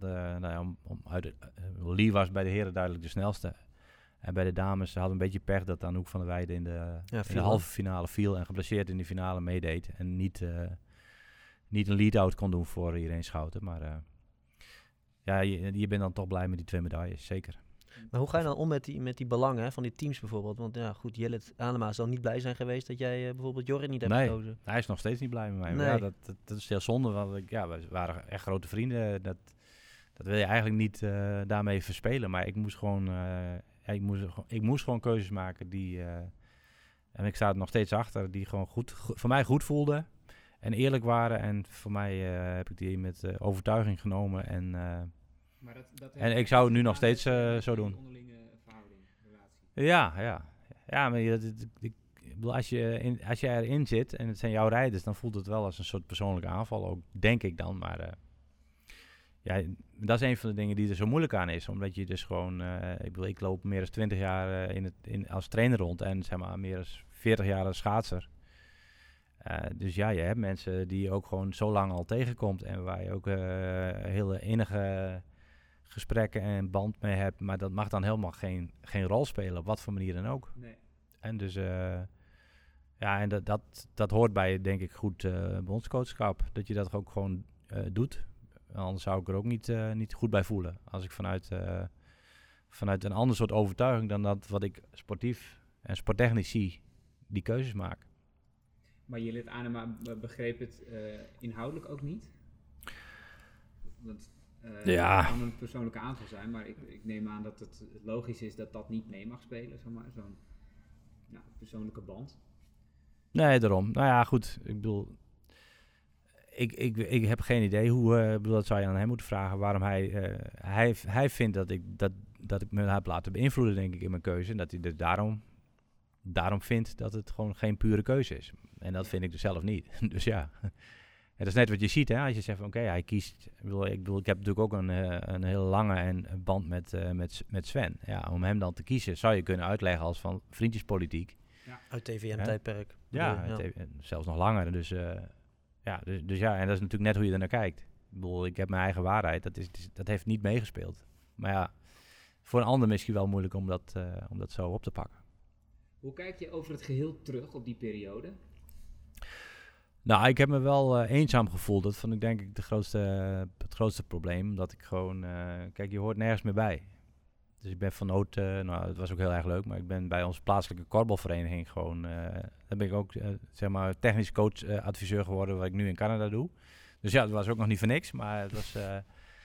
Lee was bij de heren duidelijk de snelste. En bij de dames hadden we een beetje pech dat Anouk van der Weijden in de halve finale viel en geblesseerd in de finale meedeed. En niet een lead-out kon doen voor Irene Schouten. Maar je bent dan toch blij met die 2 medailles, zeker. Maar hoe ga je dan om met die belangen van die teams bijvoorbeeld? Want Jillet Anema zal niet blij zijn geweest dat jij bijvoorbeeld Jorrit niet hebt gekozen. Hij is nog steeds niet blij met mij. Nee. Maar dat is heel zonde, want we waren echt grote vrienden. Dat wil je eigenlijk niet daarmee verspelen. Maar ik moest gewoon keuzes maken die... en ik sta er nog steeds achter, die gewoon voor mij goed voelden. En eerlijk waren. En voor mij heb ik die met overtuiging genomen. En ik zou het nu nog steeds zo doen. Onderlinge verhouding, relatie. Ja. Ja, maar ik bedoel, als je erin zit en het zijn jouw rijders, dan voelt het wel als een soort persoonlijke aanval. Ook denk ik dan. Maar dat is een van de dingen die er zo moeilijk aan is. Omdat je dus gewoon... ik loop meer dan 20 jaar als trainer rond. En zeg maar meer dan 40 jaar als schaatser. Dus je hebt mensen die je ook gewoon zo lang al tegenkomt. En waar je ook hele innige gesprekken en band mee hebt. Maar dat mag dan helemaal geen rol spelen. Op wat voor manier dan ook. Nee. En dus... en dat hoort bij, denk ik, goed bondscoachschap. Dat je dat ook gewoon doet. Anders zou ik er ook niet goed bij voelen. Als ik vanuit een ander soort overtuiging dan dat wat ik sportief en sporttechnisch zie, die keuzes maak. Maar Jillet Anema begreep het inhoudelijk ook niet? Want het kan een persoonlijke aanval zijn, maar ik neem aan dat het logisch is dat dat niet mee mag spelen, zo'n persoonlijke band. Nee, daarom. Nou ja, goed. Ik bedoel, ik heb geen idee hoe, dat zou je aan hem moeten vragen, waarom hij vindt dat ik me heb laten beïnvloeden, denk ik, in mijn keuze. En dat hij er daarom vindt dat het gewoon geen pure keuze is. En dat vind ik dus zelf niet. Dus ja, het is net wat je ziet, hè. Als je zegt van oké, hij kiest... Ik heb natuurlijk ook een hele lange band met Sven. Ja, om hem dan te kiezen zou je kunnen uitleggen als van vriendjespolitiek. Ja. Uit TVM-tijdperk. Ja, zelfs nog langer. Dus en dat is natuurlijk net hoe je er naar kijkt. Ik bedoel, ik heb mijn eigen waarheid. Dat heeft niet meegespeeld. Maar ja, voor een ander misschien wel moeilijk om dat zo op te pakken. Hoe kijk je over het geheel terug op die periode? Nou, ik heb me wel eenzaam gevoeld. Dat vond ik denk ik het grootste probleem. Dat ik gewoon... kijk, je hoort nergens meer bij. Dus ik ben van nood... het was ook heel erg leuk, maar ik ben bij onze plaatselijke korfbalvereniging gewoon... daar ben ik ook, technisch coach, adviseur geworden, wat ik nu in Canada doe. Dus ja, dat was ook nog niet voor niks, maar het was...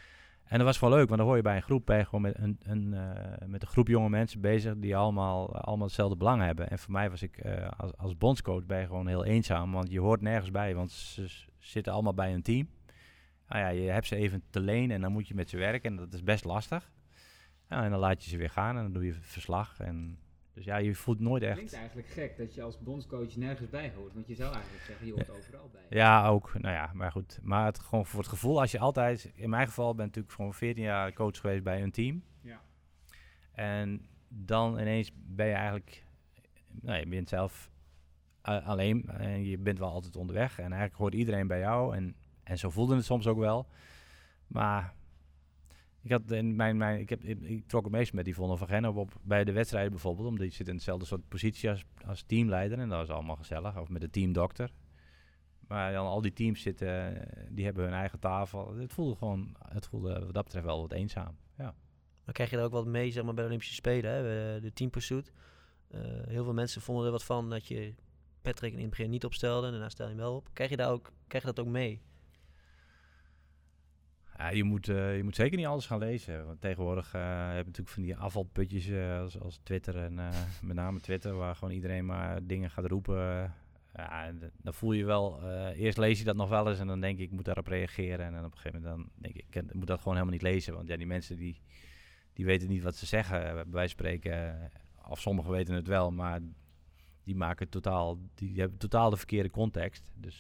En dat was wel leuk, want dan hoor je bij een groep, ben je gewoon met een groep jonge mensen bezig die allemaal hetzelfde belang hebben. En voor mij was ik als bondscoach ben je gewoon heel eenzaam, want je hoort nergens bij, want ze zitten allemaal bij een team. Nou ja, je hebt ze even te leen en dan moet je met ze werken en dat is best lastig. Ja, en dan laat je ze weer gaan en dan doe je verslag. Dus ja, je voelt nooit echt... Het klinkt eigenlijk gek dat je als bondscoach nergens bij hoort. Want je zou eigenlijk zeggen, je hoort overal bij. Ja, ook. Nou ja, maar goed. Maar gewoon voor het gevoel, als je altijd... In mijn geval ben ik natuurlijk gewoon 14 jaar coach geweest bij een team. Ja. En dan ineens ben je eigenlijk... Nou, je bent zelf alleen en je bent wel altijd onderweg. En eigenlijk hoort iedereen bij jou. En zo voelde het soms ook wel. Maar... Ik trok het meest met Yvonne van Gennep op bij de wedstrijden bijvoorbeeld, omdat je zit in hetzelfde soort positie als teamleider en dat was allemaal gezellig, of met de teamdokter. Maar dan al die teams zitten, die hebben hun eigen tafel. Het voelde wat dat betreft wel wat eenzaam. Ja. Maar krijg je daar ook wat mee, zeg maar, bij de Olympische Spelen, hè? De team pursuit. Heel veel mensen vonden er wat van dat je Patrick in het begin niet opstelde en daarna stel je hem wel op. Krijg je dat ook mee? Ja, je moet zeker niet alles gaan lezen. Want tegenwoordig heb je natuurlijk van die afvalputjes als Twitter en met name Twitter, waar gewoon iedereen maar dingen gaat roepen. Dan voel je wel, eerst lees je dat nog wel eens en dan denk ik moet daarop reageren. En dan op een gegeven moment dan denk ik moet dat gewoon helemaal niet lezen. Want ja, die mensen die weten niet wat ze zeggen, bij wijze van spreken. Of sommigen weten het wel, maar die hebben totaal de verkeerde context. Dus...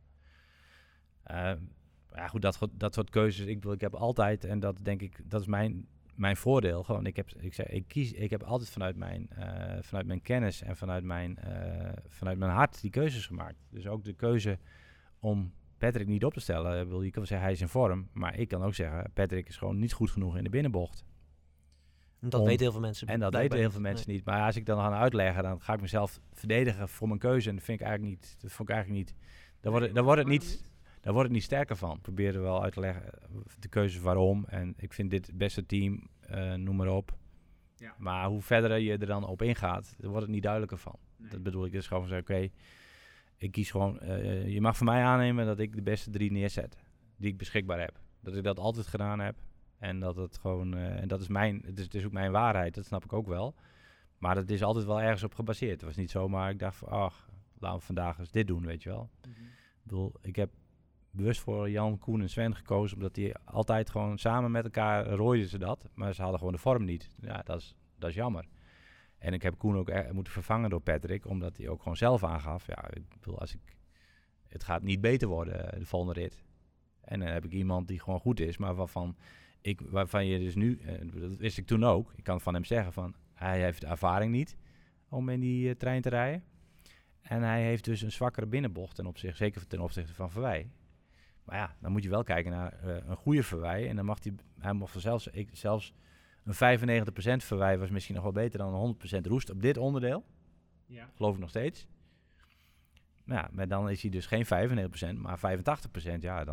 ja goed, dat soort keuzes. Ik heb altijd, en dat denk ik, dat is mijn voordeel. Gewoon, ik heb altijd vanuit mijn kennis en vanuit mijn hart die keuzes gemaakt. Dus ook de keuze om Patrick niet op te stellen. Je kan zeggen, hij is in vorm. Maar ik kan ook zeggen, Patrick is gewoon niet goed genoeg in de binnenbocht. En dat weten heel veel mensen. En dat weten heel veel mensen niet. Maar als ik dan ga uitleggen, dan ga ik mezelf verdedigen voor mijn keuze. En dat vond ik eigenlijk niet. Dan wordt het niet sterker van. Ik probeer er wel uit te leggen de keuzes waarom. En ik vind dit het beste team, noem maar op. Ja. Maar hoe verder je er dan op ingaat, dan wordt het niet duidelijker van. Nee. Dat bedoel ik dus gewoon van zeggen, oké, ik kies gewoon... je mag van mij aannemen dat ik de beste 3 neerzet die ik beschikbaar heb. Dat ik dat altijd gedaan heb. En dat het gewoon... en dat is het is ook mijn waarheid, dat snap ik ook wel. Maar het is altijd wel ergens op gebaseerd. Het was niet zomaar, ik dacht van, laten we vandaag eens dit doen, weet je wel. Mm-hmm. Ik bedoel, ik heb bewust voor Jan, Koen en Sven gekozen, omdat die altijd gewoon samen met elkaar rooiden ze dat. Maar ze hadden gewoon de vorm niet. Ja, dat is jammer. En ik heb Koen ook moeten vervangen door Patrick, omdat hij ook gewoon zelf aangaf. Ja, ik bedoel, het gaat niet beter worden, de volgende rit. En dan heb ik iemand die gewoon goed is, maar waarvan je dus nu, dat wist ik toen ook, ik kan van hem zeggen van, hij heeft de ervaring niet om in die trein te rijden. En hij heeft dus een zwakkere binnenbocht zeker ten opzichte van Verwij. Maar ja, dan moet je wel kijken naar een goede Verwij. En dan mag hij mocht zelfs een 95% Verwij was misschien nog wel beter dan een 100% Roest op dit onderdeel. Ja. Geloof ik nog steeds. Nou ja, maar dan is hij dus geen 95%, maar 85%. Ja,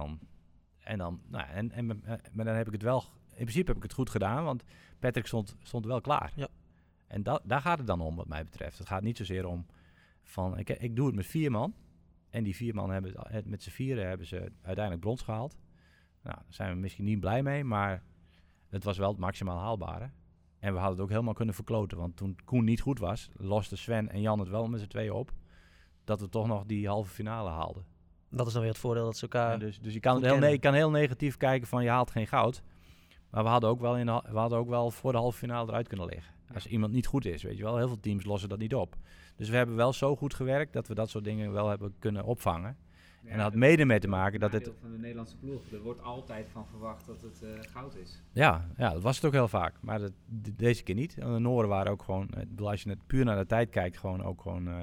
maar dan heb ik het wel... In principe heb ik het goed gedaan, want Patrick stond wel klaar. Ja. En daar gaat het dan om, wat mij betreft. Het gaat niet zozeer om van... Ik doe het met 4 man. En die 4 man met z'n 4 hebben ze uiteindelijk brons gehaald. Nou, daar zijn we misschien niet blij mee, maar het was wel het maximaal haalbare. En we hadden het ook helemaal kunnen verkloten. Want toen Koen niet goed was, losten Sven en Jan het wel met z'n 2 op. Dat we toch nog die halve finale haalden. Dat is dan weer het voordeel dat ze elkaar... Dus je kan heel negatief kijken van je haalt geen goud. Maar we hadden ook wel voor de halve finale eruit kunnen liggen. Ja. Als iemand niet goed is, weet je wel. Heel veel teams lossen dat niet op. Dus we hebben wel zo goed gewerkt dat we dat soort dingen wel hebben kunnen opvangen. Ja, en dat had mede mee te maken dat het... van de Nederlandse ploeg. Er wordt altijd van verwacht dat het goud is. Ja, dat was het ook heel vaak. Maar deze keer niet. En de Noren waren ook gewoon... als je puur naar de tijd kijkt, gewoon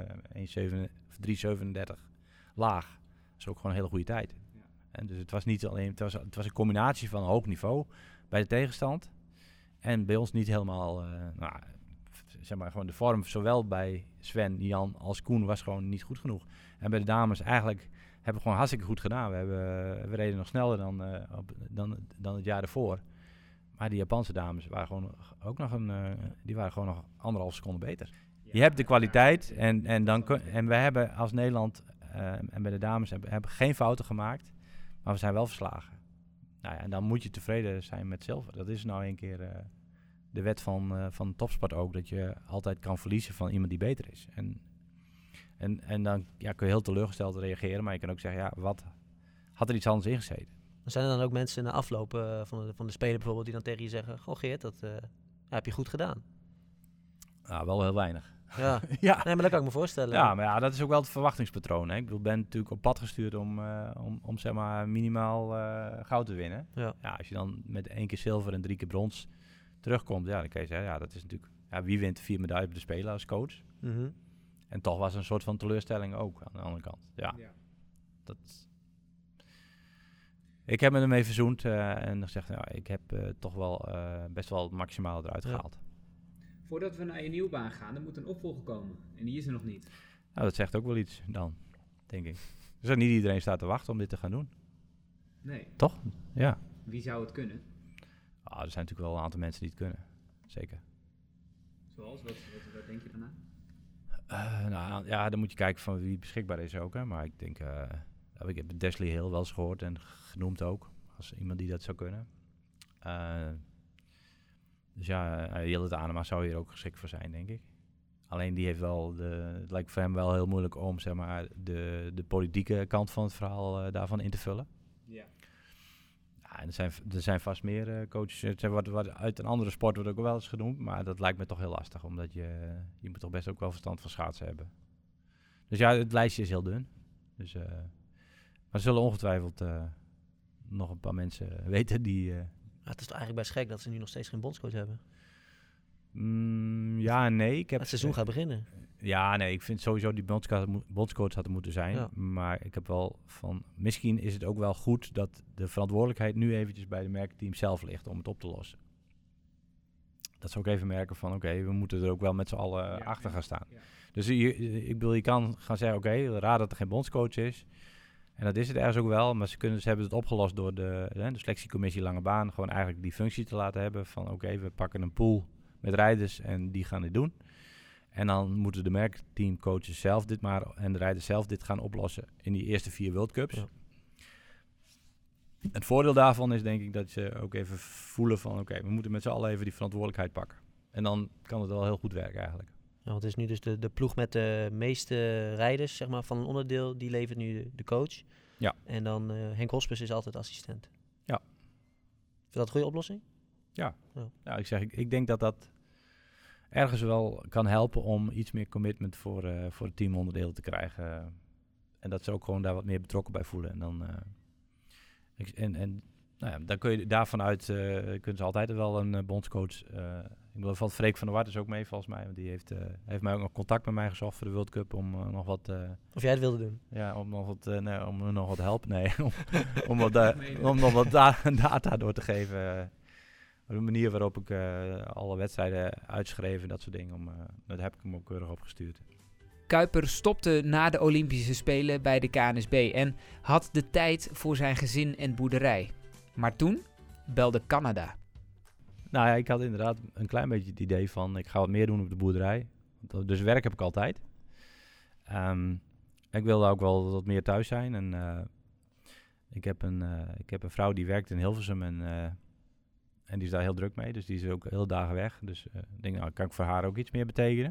3,37 laag. Dat is ook gewoon een hele goede tijd. Ja. En dus het was niet alleen... Het was een combinatie van een hoog niveau bij de tegenstand. En bij ons niet helemaal... zeg maar gewoon de vorm, zowel bij Sven, Jan als Koen, was gewoon niet goed genoeg. En bij de dames eigenlijk hebben we gewoon hartstikke goed gedaan. We reden nog sneller dan het jaar ervoor. Maar die Japanse dames waren gewoon ook nog die waren gewoon nog 1,5 seconde beter. Ja, je hebt de kwaliteit en we hebben als Nederland en bij de dames hebben geen fouten gemaakt, maar we zijn wel verslagen. Nou ja, en dan moet je tevreden zijn met zilver. Dat is nou een keer de wet van topsport ook. Dat je altijd kan verliezen van iemand die beter is. En dan kun je heel teleurgesteld reageren. Maar je kan ook zeggen, wat had er iets anders ingezeten? Zijn er dan ook mensen na afloop van de speler bijvoorbeeld die dan tegen je zeggen... Goh Geert, dat heb je goed gedaan. Nou, wel heel weinig. Ja. Ja. Nee, maar dat kan ik me voorstellen. Ja, maar dat is ook wel het verwachtingspatroon. Hè? Ik bedoel, ben natuurlijk op pad gestuurd om zeg maar minimaal goud te winnen. Ja. Ja, als je dan met 1 keer zilver en 3 keer brons terugkomt, dan kan je zeggen, dat is natuurlijk... Ja, wie wint 4 medailles op de Spelen als coach? Mm-hmm. En toch was een soort van teleurstelling ook aan de andere kant. Ja. Ik heb me ermee verzoend en gezegd, ik heb toch wel best wel het maximale eruit gehaald. Voordat we naar je nieuwe baan gaan, er moet een opvolger komen. En die is er nog niet. Nou, dat zegt ook wel iets dan, denk ik. Dus niet iedereen staat te wachten om dit te gaan doen. Nee. Toch? Ja. Wie zou het kunnen? Er zijn natuurlijk wel een aantal mensen die het kunnen. Zeker. Zoals? Wat denk je daarna? Dan moet je kijken van wie beschikbaar is ook. Hè. Maar ik denk, ik heb Desley Hill wel eens gehoord en genoemd ook. Als iemand die dat zou kunnen. Dus Jillet Anema zou hier ook geschikt voor zijn, denk ik. Alleen die heeft wel, het lijkt voor hem wel heel moeilijk om zeg maar, de politieke kant van het verhaal daarvan in te vullen. Ja. En er zijn vast meer coaches. Wat uit een andere sport wordt ook wel eens genoemd. Maar dat lijkt me toch heel lastig. Omdat je moet toch best ook wel verstand van schaatsen hebben. Dus het lijstje is heel dun. Dus, maar er zullen ongetwijfeld nog een paar mensen weten die... het is toch eigenlijk best gek dat ze nu nog steeds geen bondscoach hebben. Ja en nee. Het seizoen gaat beginnen. Ja, nee, ik vind sowieso die bondscoach had er moeten zijn. Ja. Maar ik heb wel van... Misschien is het ook wel goed dat de verantwoordelijkheid nu eventjes bij de merkenteam zelf ligt om het op te lossen. Dat ze ook even merken van oké, we moeten er ook wel met z'n allen achter gaan staan. Ja. Dus je kan gaan zeggen oké, raar dat er geen bondscoach is. En dat is het ergens ook wel, maar ze hebben het opgelost door de selectiecommissie Lange Baan gewoon eigenlijk die functie te laten hebben van oké, we pakken een pool met rijders en die gaan dit doen. En dan moeten de merkteamcoaches zelf en de rijders zelf dit gaan oplossen in die eerste 4 World Cups. Ja. Het voordeel daarvan is denk ik dat ze ook even voelen van oké, we moeten met z'n allen even die verantwoordelijkheid pakken. En dan kan het wel heel goed werken eigenlijk. Ja, want het is nu dus de ploeg met de meeste rijders zeg maar, van een onderdeel, die levert nu de coach. Ja. En dan Henk Hospes is altijd assistent. Ja. Vind je dat een goede oplossing? Ja. Ik denk dat ergens wel kan helpen om iets meer commitment voor het teamonderdeel te krijgen. En dat ze ook gewoon daar wat meer betrokken bij voelen. En dan, dan kun je daarvan uit, kunnen ze altijd wel een bondscoach. Ik bedoel, valt Freek van der Wart is ook mee volgens mij. Want die heeft mij ook nog contact met mij gezocht voor de World Cup om nog wat... of jij het wilde doen? Ja, om nog wat help. Nee, om nog wat data door te geven. De manier waarop ik alle wedstrijden uitschreef en dat soort dingen. Dat heb ik hem ook keurig opgestuurd. Kuiper stopte na de Olympische Spelen bij de KNSB en had de tijd voor zijn gezin en boerderij. Maar toen belde Canada. Nou ja, ik had inderdaad een klein beetje het idee van ik ga wat meer doen op de boerderij. Dus werk heb ik altijd. Ik wilde ook wel wat meer thuis zijn. En ik heb een vrouw die werkt in Hilversum en die is daar heel druk mee. Dus die is ook heel dagen weg. Dus ik denk, kan ik voor haar ook iets meer betekenen.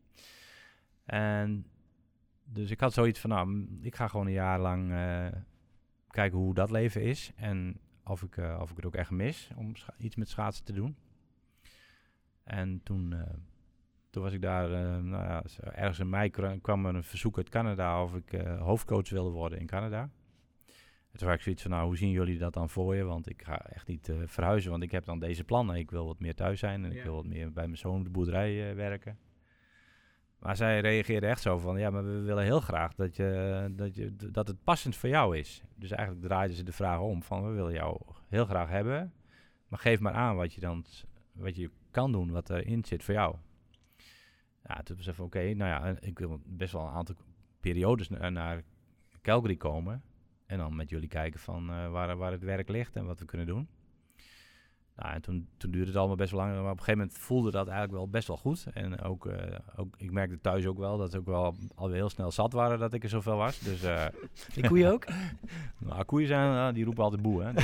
En dus ik had zoiets van, ik ga gewoon een jaar lang kijken hoe dat leven is. En of ik het ook echt mis om iets met schaatsen te doen. En toen was ik daar, ergens in mei kwam er een verzoek uit Canada of ik hoofdcoach wilde worden in Canada. En toen had ik zoiets van, hoe zien jullie dat dan voor je? Want ik ga echt niet verhuizen, want ik heb dan deze plannen. Ik wil wat meer thuis zijn en ik wil wat meer bij mijn zoon op de boerderij werken. Maar zij reageerde echt zo van, maar we willen heel graag dat het passend voor jou is. Dus eigenlijk draaiden ze de vraag om van, we willen jou heel graag hebben, maar geef maar aan wat je kan doen, wat erin zit voor jou. Ja, toen was ik van, ik wil best wel een aantal periodes naar Calgary komen en dan met jullie kijken van waar het werk ligt en wat we kunnen doen. Nou, en toen duurde het allemaal best wel lang. Maar op een gegeven moment voelde dat eigenlijk wel best wel goed. En ook ik merkte thuis ook wel dat ze ook wel alweer heel snel zat waren dat ik er zoveel was. Dus, Die koeien ook? Nou, koeien zijn, die roepen altijd boe, hè.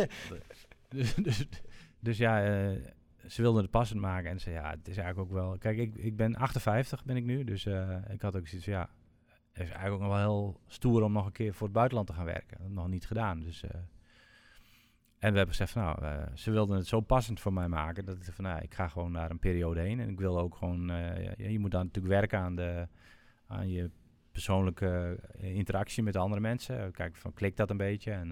Dus ja, ze wilden het passend maken. En ze ja, het is eigenlijk ook wel... Kijk, ik ben 58 ben ik nu. Dus ik had ook zoiets van, ja... Het is eigenlijk ook nog wel heel stoer om nog een keer voor het buitenland te gaan werken. Dat heb ik nog niet gedaan, dus... En we hebben gezegd van, nou, ze wilden het zo passend voor mij maken dat ik van, nou, ik ga gewoon naar een periode heen. En ik wil ook gewoon, je moet dan natuurlijk werken aan je persoonlijke interactie met andere mensen. Kijken van, klikt dat een beetje? En,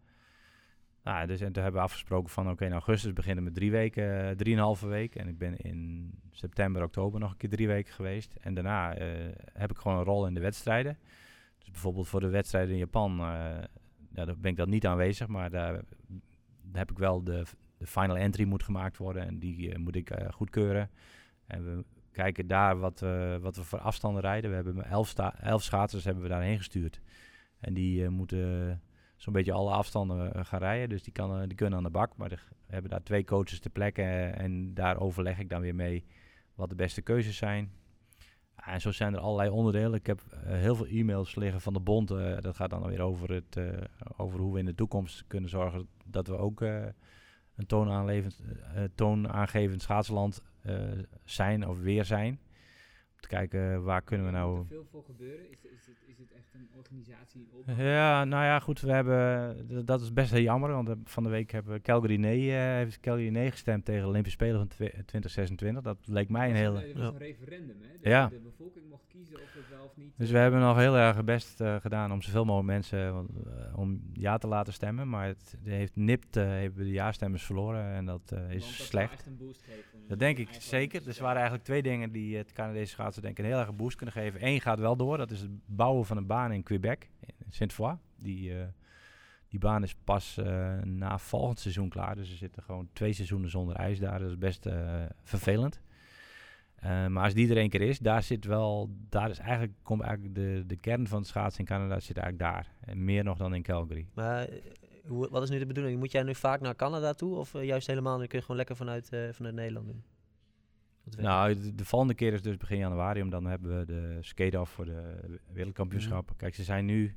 dus, en toen hebben we afgesproken van, oké, in augustus beginnen met 3 weken, 3,5 week. En ik ben in september, oktober nog een keer 3 weken geweest. En daarna heb ik gewoon een rol in de wedstrijden. Dus bijvoorbeeld voor de wedstrijden in Japan, daar ben ik dan niet aanwezig, maar daar heb ik wel de final entry moet gemaakt worden en die moet ik goedkeuren. En we kijken daar wat we voor afstanden rijden. We hebben 11 schaatsers hebben we daarheen gestuurd. En die moeten zo'n beetje alle afstanden gaan rijden. Dus die kunnen aan de bak. Maar we hebben daar 2 coaches ter plekke en daar overleg ik dan weer mee wat de beste keuzes zijn. En zo zijn er allerlei onderdelen. Ik heb heel veel e-mails liggen van de bond. Dat gaat dan weer over hoe we in de toekomst kunnen zorgen dat we ook een toonaangevend schaatsland zijn of weer zijn. Om te kijken waar kunnen we nou... Moet er veel voor gebeuren? Is het echt een organisatie op? Ja, nou ja, goed. We hebben, dat is best heel jammer. Want van de week hebben heeft Calgary nee gestemd tegen de Olympische Spelen van 2026. Dat leek mij een hele... Het was een referendum, hè? De bevolking mocht kiezen of het wel of niet... Dus we hebben nog heel erg best gedaan om zoveel mogelijk mensen om ja te laten stemmen. Maar het heeft nipt, hebben de ja-stemmers verloren en dat is slecht. Echt een boost geven, dat denk ik zeker. Dus er waren eigenlijk 2 dingen die het Canadese schaatsen denk ik een heel erg een boost kunnen geven. 1 gaat wel door, dat is het bouwen van een baan in Quebec, in Sainte-Foy. Die baan is pas na volgend seizoen klaar. Dus er zitten gewoon 2 seizoenen zonder ijs daar. Dat is best vervelend. Maar als die er 1 keer is, komt eigenlijk de kern van het schaatsen in Canada zit eigenlijk daar. En meer nog dan in Calgary. Maar wat is nu de bedoeling? Moet jij nu vaak naar Canada toe? Of juist helemaal, dan kun je gewoon lekker vanuit Nederland doen? Nou, de volgende keer is dus begin januari. Omdat dan hebben we de skate-off voor de wereldkampioenschappen. Kijk, ze zijn nu...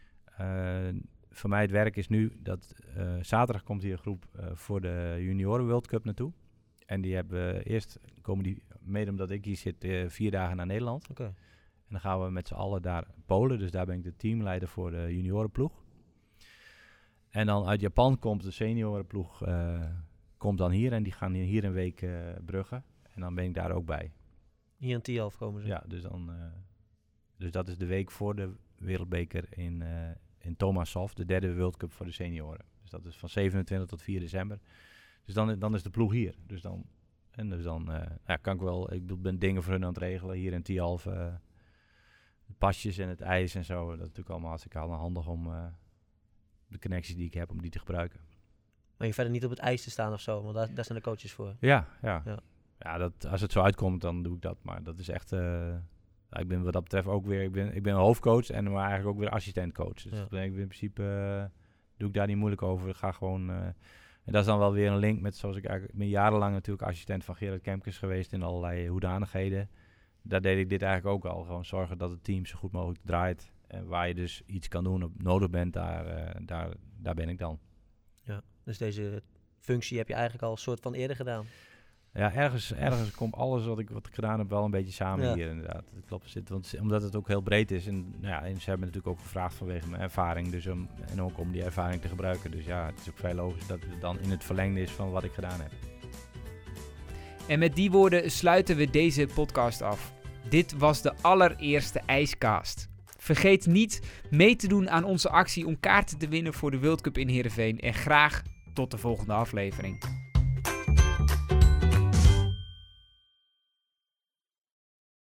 voor mij het werk is nu dat zaterdag komt hier een groep voor de Junioren World Cup naartoe. En die komen die, mede omdat ik hier zit, 4 dagen naar Nederland. Okay. En dan gaan we met z'n allen daar Polen. Dus daar ben ik de teamleider voor de juniorenploeg. En dan uit Japan komt de seniorenploeg komt dan hier. En die gaan hier een week bruggen. En dan ben ik daar ook bij. Hier in Tialf komen ze? Ja, dus dat is de week voor de wereldbeker in Thomashof. De 3e World Cup voor de senioren. Dus dat is van 27 tot 4 december. Dus dan is de ploeg hier. Dus dan kan ik wel... Ik ben dingen voor hun aan het regelen. Hier in Tialf. De pasjes en het ijs en zo. Dat is natuurlijk allemaal hartstikke handig om de connecties die ik heb, om die te gebruiken. Maar je verder niet op het ijs te staan of zo, want daar zijn de coaches voor. Ja, als het zo uitkomt, dan doe ik dat. Maar dat is echt... ik ben wat dat betreft ook weer... Ik ben een hoofdcoach en maar eigenlijk ook weer assistentcoach. Dus ik ben in principe... doe ik daar niet moeilijk over. Ik ga gewoon... en dat is dan wel weer een link met, zoals ik ben jarenlang natuurlijk assistent van Gerard Kemkes geweest in allerlei hoedanigheden. Daar deed ik dit eigenlijk ook al. Gewoon zorgen dat het team zo goed mogelijk draait. En waar je dus iets kan doen of nodig bent, daar ben ik dan. Ja, dus deze functie heb je eigenlijk al een soort van eerder gedaan. Ja, ergens komt alles wat ik gedaan heb wel een beetje samen hier inderdaad. Dat klopt, omdat het ook heel breed is. En ze hebben natuurlijk ook gevraagd vanwege mijn ervaring. Dus en ook om die ervaring te gebruiken. Dus ja, het is ook vrij logisch dat het dan in het verlengde is van wat ik gedaan heb. En met die woorden sluiten we deze podcast af. Dit was de allereerste IJscast. Vergeet niet mee te doen aan onze actie om kaarten te winnen voor de World Cup in Heerenveen. En graag tot de volgende aflevering.